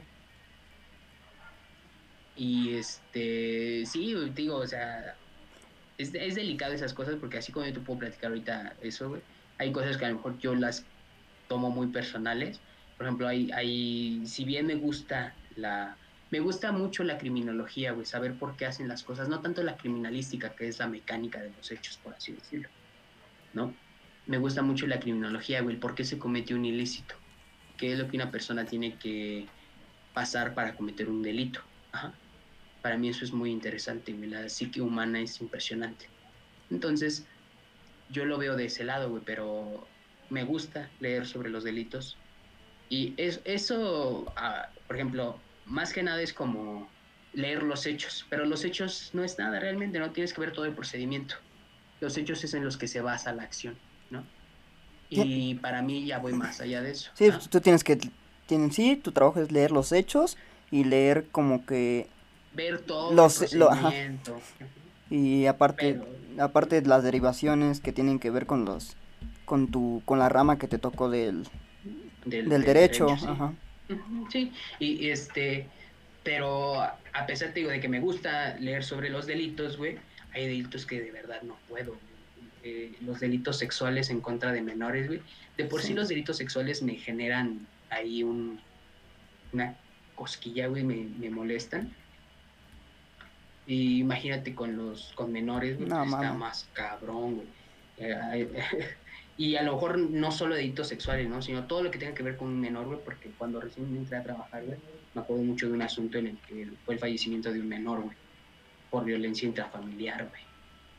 Y este, sí, digo, o sea, es, es delicado esas cosas porque así como yo te puedo platicar ahorita eso, güey, hay cosas que a lo mejor yo las tomo muy personales. Por ejemplo, hay, hay, si bien me gusta la, me gusta mucho la criminología, güey, saber por qué hacen las cosas, no tanto la criminalística, que es la mecánica de los hechos, por así decirlo, ¿no? Me gusta mucho la criminología, güey, el por qué se comete un ilícito, qué es lo que una persona tiene que pasar para cometer un delito. Ajá. Para mí eso es muy interesante, güey, la psique humana es impresionante. Entonces, yo lo veo de ese lado, güey, pero me gusta leer sobre los delitos. Y es, eso, uh, por ejemplo, más que nada es como leer los hechos, pero los hechos no es nada realmente, no tienes que ver todo el procedimiento. Los hechos es en los que se basa la acción, ¿no? Ti- Y para mí ya voy más allá de eso. Sí, ¿Ah? tú tienes que... Tienen, sí, tu trabajo es leer los hechos y leer como que Ver todo el los... Lo, ajá. procedimiento. Y aparte, Pero aparte las derivaciones que tienen que ver con los... Con tu... Con la rama que te tocó del... del, Del del derecho, derecho, sí. ajá. Uh-huh, sí, y este, pero a pesar, te digo, de que me gusta leer sobre los delitos, güey, hay delitos que de verdad no puedo, güey. Eh, los delitos sexuales en contra de menores, güey. De por sí Sí. los delitos sexuales me generan ahí un, una cosquilla, güey, me, me molestan. Y imagínate con los con menores, güey, No pues está mames. más cabrón, güey. Eh, y a lo mejor no solo delitos sexuales, ¿no? Sino todo lo que tenga que ver con un menor, güey, porque cuando recién entré a trabajar, güey, me acuerdo mucho de un asunto en el que fue el fallecimiento de un menor, güey, por violencia intrafamiliar, güey.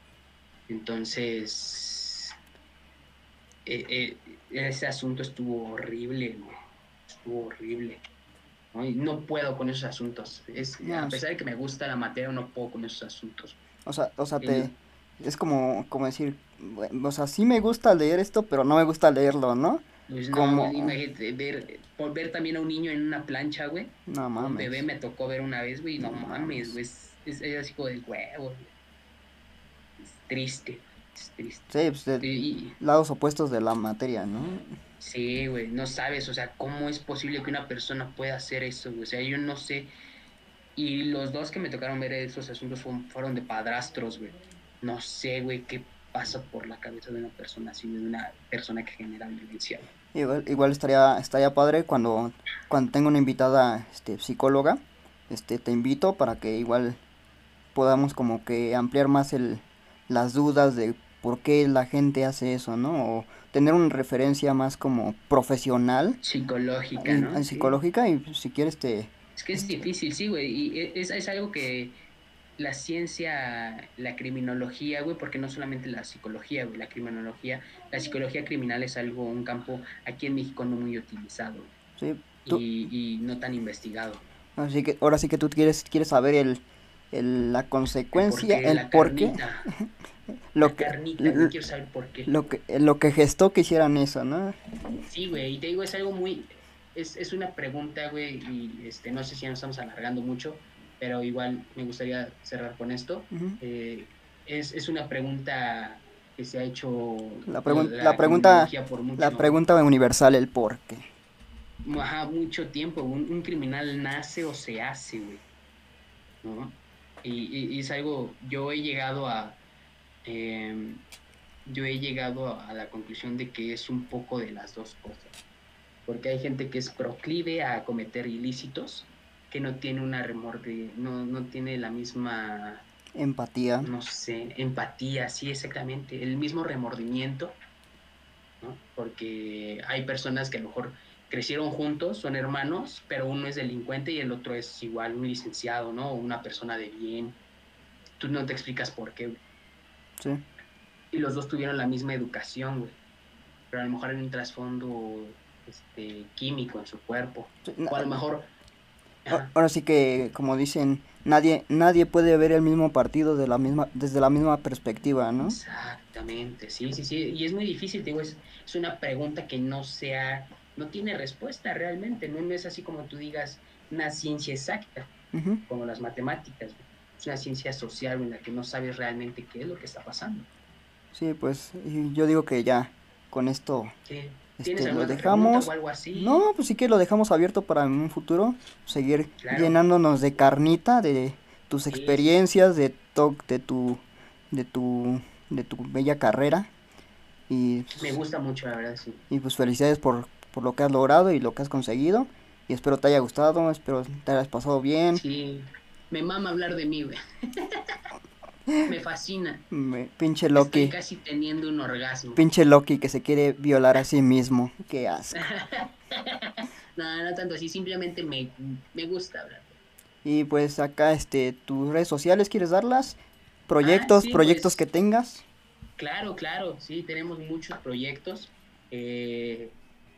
Entonces, eh, eh, ese asunto estuvo horrible, güey. Estuvo horrible. ¿No? Y no puedo con esos asuntos. Es, No, a sí. pesar de que me gusta la materia, no puedo con esos asuntos. O sea, o sea, te... El, Es como, como decir, bueno, o sea, sí me gusta leer esto, pero no me gusta leerlo, ¿no? Pues no, Como... güey, imagínate, ver, por ver también a un niño en una plancha, güey. No A un bebé mames. me tocó ver una vez, güey, y No no mames, mames. güey, es, es, es así como de huevos, güey. Es triste, es triste. Sí, pues de Y, y lados opuestos de la materia, ¿no? sí, güey, no sabes, o sea, cómo es posible que una persona pueda hacer eso, güey. O sea, yo no sé. Y los dos que me tocaron ver esos asuntos fueron, fueron de padrastros, güey. No sé, güey, qué pasa por la cabeza de una persona así, de una persona que genera violencia, güey. Igual, igual estaría, estaría padre cuando, cuando tengo una invitada, este, psicóloga, este, te invito para que igual podamos como que ampliar más el, las dudas de por qué la gente hace eso, ¿no? O tener una referencia más como profesional Psicológica, y, ¿no? y Sí. psicológica y pues, si quieres te... Es que es Este, difícil, sí, güey. Y e, es, es algo que la ciencia, la criminología, güey, porque no solamente la psicología, güey, la criminología, la psicología criminal es algo, un campo aquí en México no muy utilizado, güey, sí, tú, y, y no tan investigado. así que ahora sí que tú quieres, quieres saber el, el, la El consecuencia, por qué, el la por qué, carnita. Lo La que, carnita, l- güey, quiero saber por qué. lo que, lo que gestó que hicieran eso, ¿no? Sí, güey, y te digo, es algo muy, es, es una pregunta, güey, y este, no sé si ya nos estamos alargando mucho, pero igual me gustaría cerrar con esto. Ujú. Eh, es, es una pregunta que se ha hecho La pregun- la la pregunta, criminología por la mucho, pregunta universal, el por qué. ajá, mucho tiempo. Un, un criminal nace o se hace, güey, ¿no? Y, y- y es algo, yo he llegado a, em, yo he llegado a, a la conclusión de que es un poco de las dos cosas. Porque hay gente que es proclive a cometer ilícitos, que no tiene una remorde, no, no tiene la misma, Empatía. no sé, empatía, sí, exactamente, el mismo remordimiento, ¿no? Porque hay personas que a lo mejor crecieron juntos, son hermanos, pero uno es delincuente y el otro es igual un licenciado, ¿no? O una persona de bien. Tú no te explicas por qué, güey. Sí. Y los dos tuvieron la misma educación, güey, pero a lo mejor hay un trasfondo este, químico en su cuerpo. Sí, O a na- lo mejor, a- ajá, ahora sí que, como dicen, nadie, nadie puede ver el mismo partido de la misma, desde la misma perspectiva, ¿no? exactamente, sí, sí, sí, y es muy difícil, te digo, es, es una pregunta que no sea, no tiene respuesta realmente, no, no es así como tú digas una ciencia exacta, Ujú. como las matemáticas, güey. Es una ciencia social en la que no sabes realmente qué es lo que está pasando. Sí, pues y yo digo que ya con esto ¿Sí? ¿Tienes este lo alguna otra pregunta o dejamos. algo así? No, pues sí que lo dejamos abierto para en un futuro seguir Claro, llenándonos de carnita, de tus sí, sí, sí, experiencias, de to- de tu de tu de tu bella carrera y me pues, gusta mucho, la verdad, sí. y pues felicidades por por lo que has logrado y lo que has conseguido y espero te haya gustado, espero te hayas pasado bien. Sí, me mama hablar de mí, güey, me fascina, Me- pinche estoy Loki, casi teniendo un orgasmo. pinche Loki que se quiere violar a sí mismo, qué asco. No, no tanto así, simplemente me, me gusta hablar. Y pues acá, este, tus redes sociales, ¿quieres darlas? Ah, Proyectos, sí, proyectos que pues tengas. claro, claro, sí, tenemos muchos proyectos. Eh,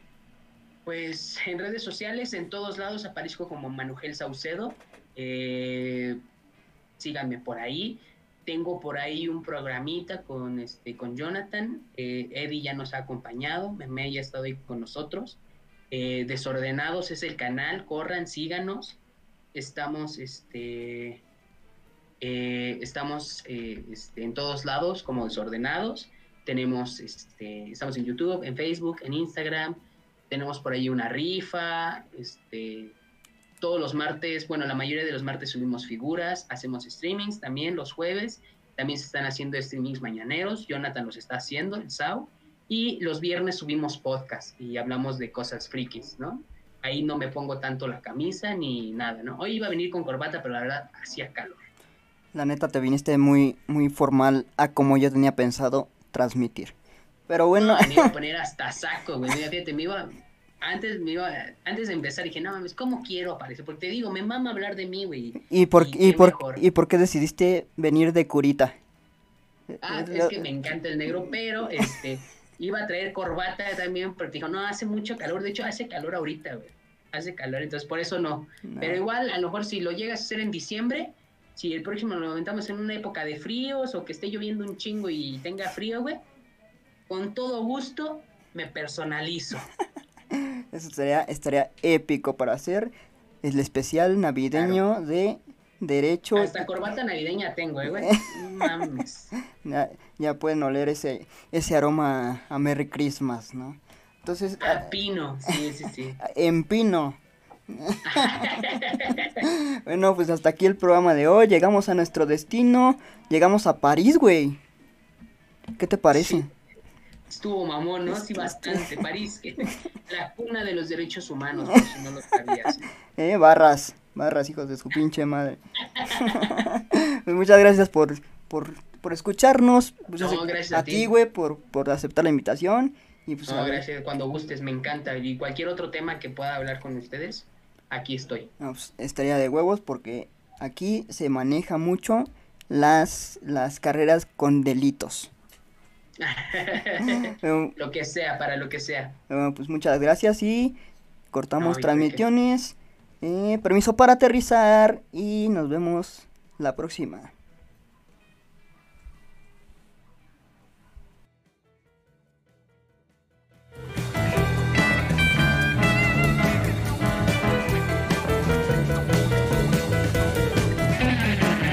pues en redes sociales, en todos lados aparezco como Manugel Saucedo. Eh, síganme por ahí. Tengo por ahí un programita con, este, con Jonathan. Eh, Eddie ya nos ha acompañado. Meme ya ha estado ahí con nosotros. Eh, Desordenados es el canal. Corran, síganos. Estamos, este, eh, estamos eh, este, en todos lados como Desordenados. Tenemos, este, estamos en YouTube, en Facebook, en Instagram. Tenemos por ahí una rifa. Este, todos los martes, bueno, la mayoría de los martes subimos figuras, hacemos streamings también los jueves, también se están haciendo streamings mañaneros, Jonathan los está haciendo, el S A U, y los viernes subimos podcast y hablamos de cosas frikis, ¿no? Ahí no me pongo tanto la camisa ni nada, ¿no? Hoy iba a venir con corbata, pero la verdad hacía calor. La neta te viniste muy, muy formal a como yo tenía pensado transmitir. Pero bueno, No, me iba a poner hasta saco, güey, mira, fíjate, me iba, antes me iba, antes de empezar dije, no mames, ¿cómo quiero aparecer? Porque te digo, me mama hablar de mí, güey, ¿y por, y y qué por, mejor. y por qué decidiste venir de curita? Ah, es que me encanta el negro, pero este, iba a traer corbata también, porque dijo, no, hace mucho calor, de hecho hace calor ahorita, güey, hace calor, entonces por eso no. Pero No. igual, a lo mejor si lo llegas a hacer en diciembre, si el próximo lo aventamos en una época de fríos o que esté lloviendo un chingo y tenga frío, güey, con todo gusto me personalizo. Eso sería, estaría épico para hacer el especial Claro. navideño de derecho. Hasta corbata navideña tengo, eh, güey. No mames. Ya, ya pueden oler ese, ese aroma a Merry Christmas, ¿no? Entonces, Ah, pino, sí, sí, sí. en pino. Bueno, pues hasta aquí el programa de hoy. Llegamos a nuestro destino. Llegamos a París, güey. ¿Qué te parece? Sí, estuvo mamón, ¿no? Sí, Este, este, bastante. París, que la cuna de los derechos humanos, por si no lo sabías. eh, barras, barras, hijos de su pinche madre. Pues muchas gracias por, por, por escucharnos. Pues, No, gracias a a ti, ti. güey, por, por aceptar la invitación. Y pues a No, ver, gracias. Cuando gustes, me encanta. Y cualquier otro tema que pueda hablar con ustedes, aquí estoy. no, pues, estaría de huevos porque aquí se maneja mucho las, las carreras con delitos. Pero, Lo que sea, para lo que sea. bueno, pues muchas gracias y No, cortamos Víctor, ¿qué? transmisiones. Eh, permiso para aterrizar y nos vemos la próxima.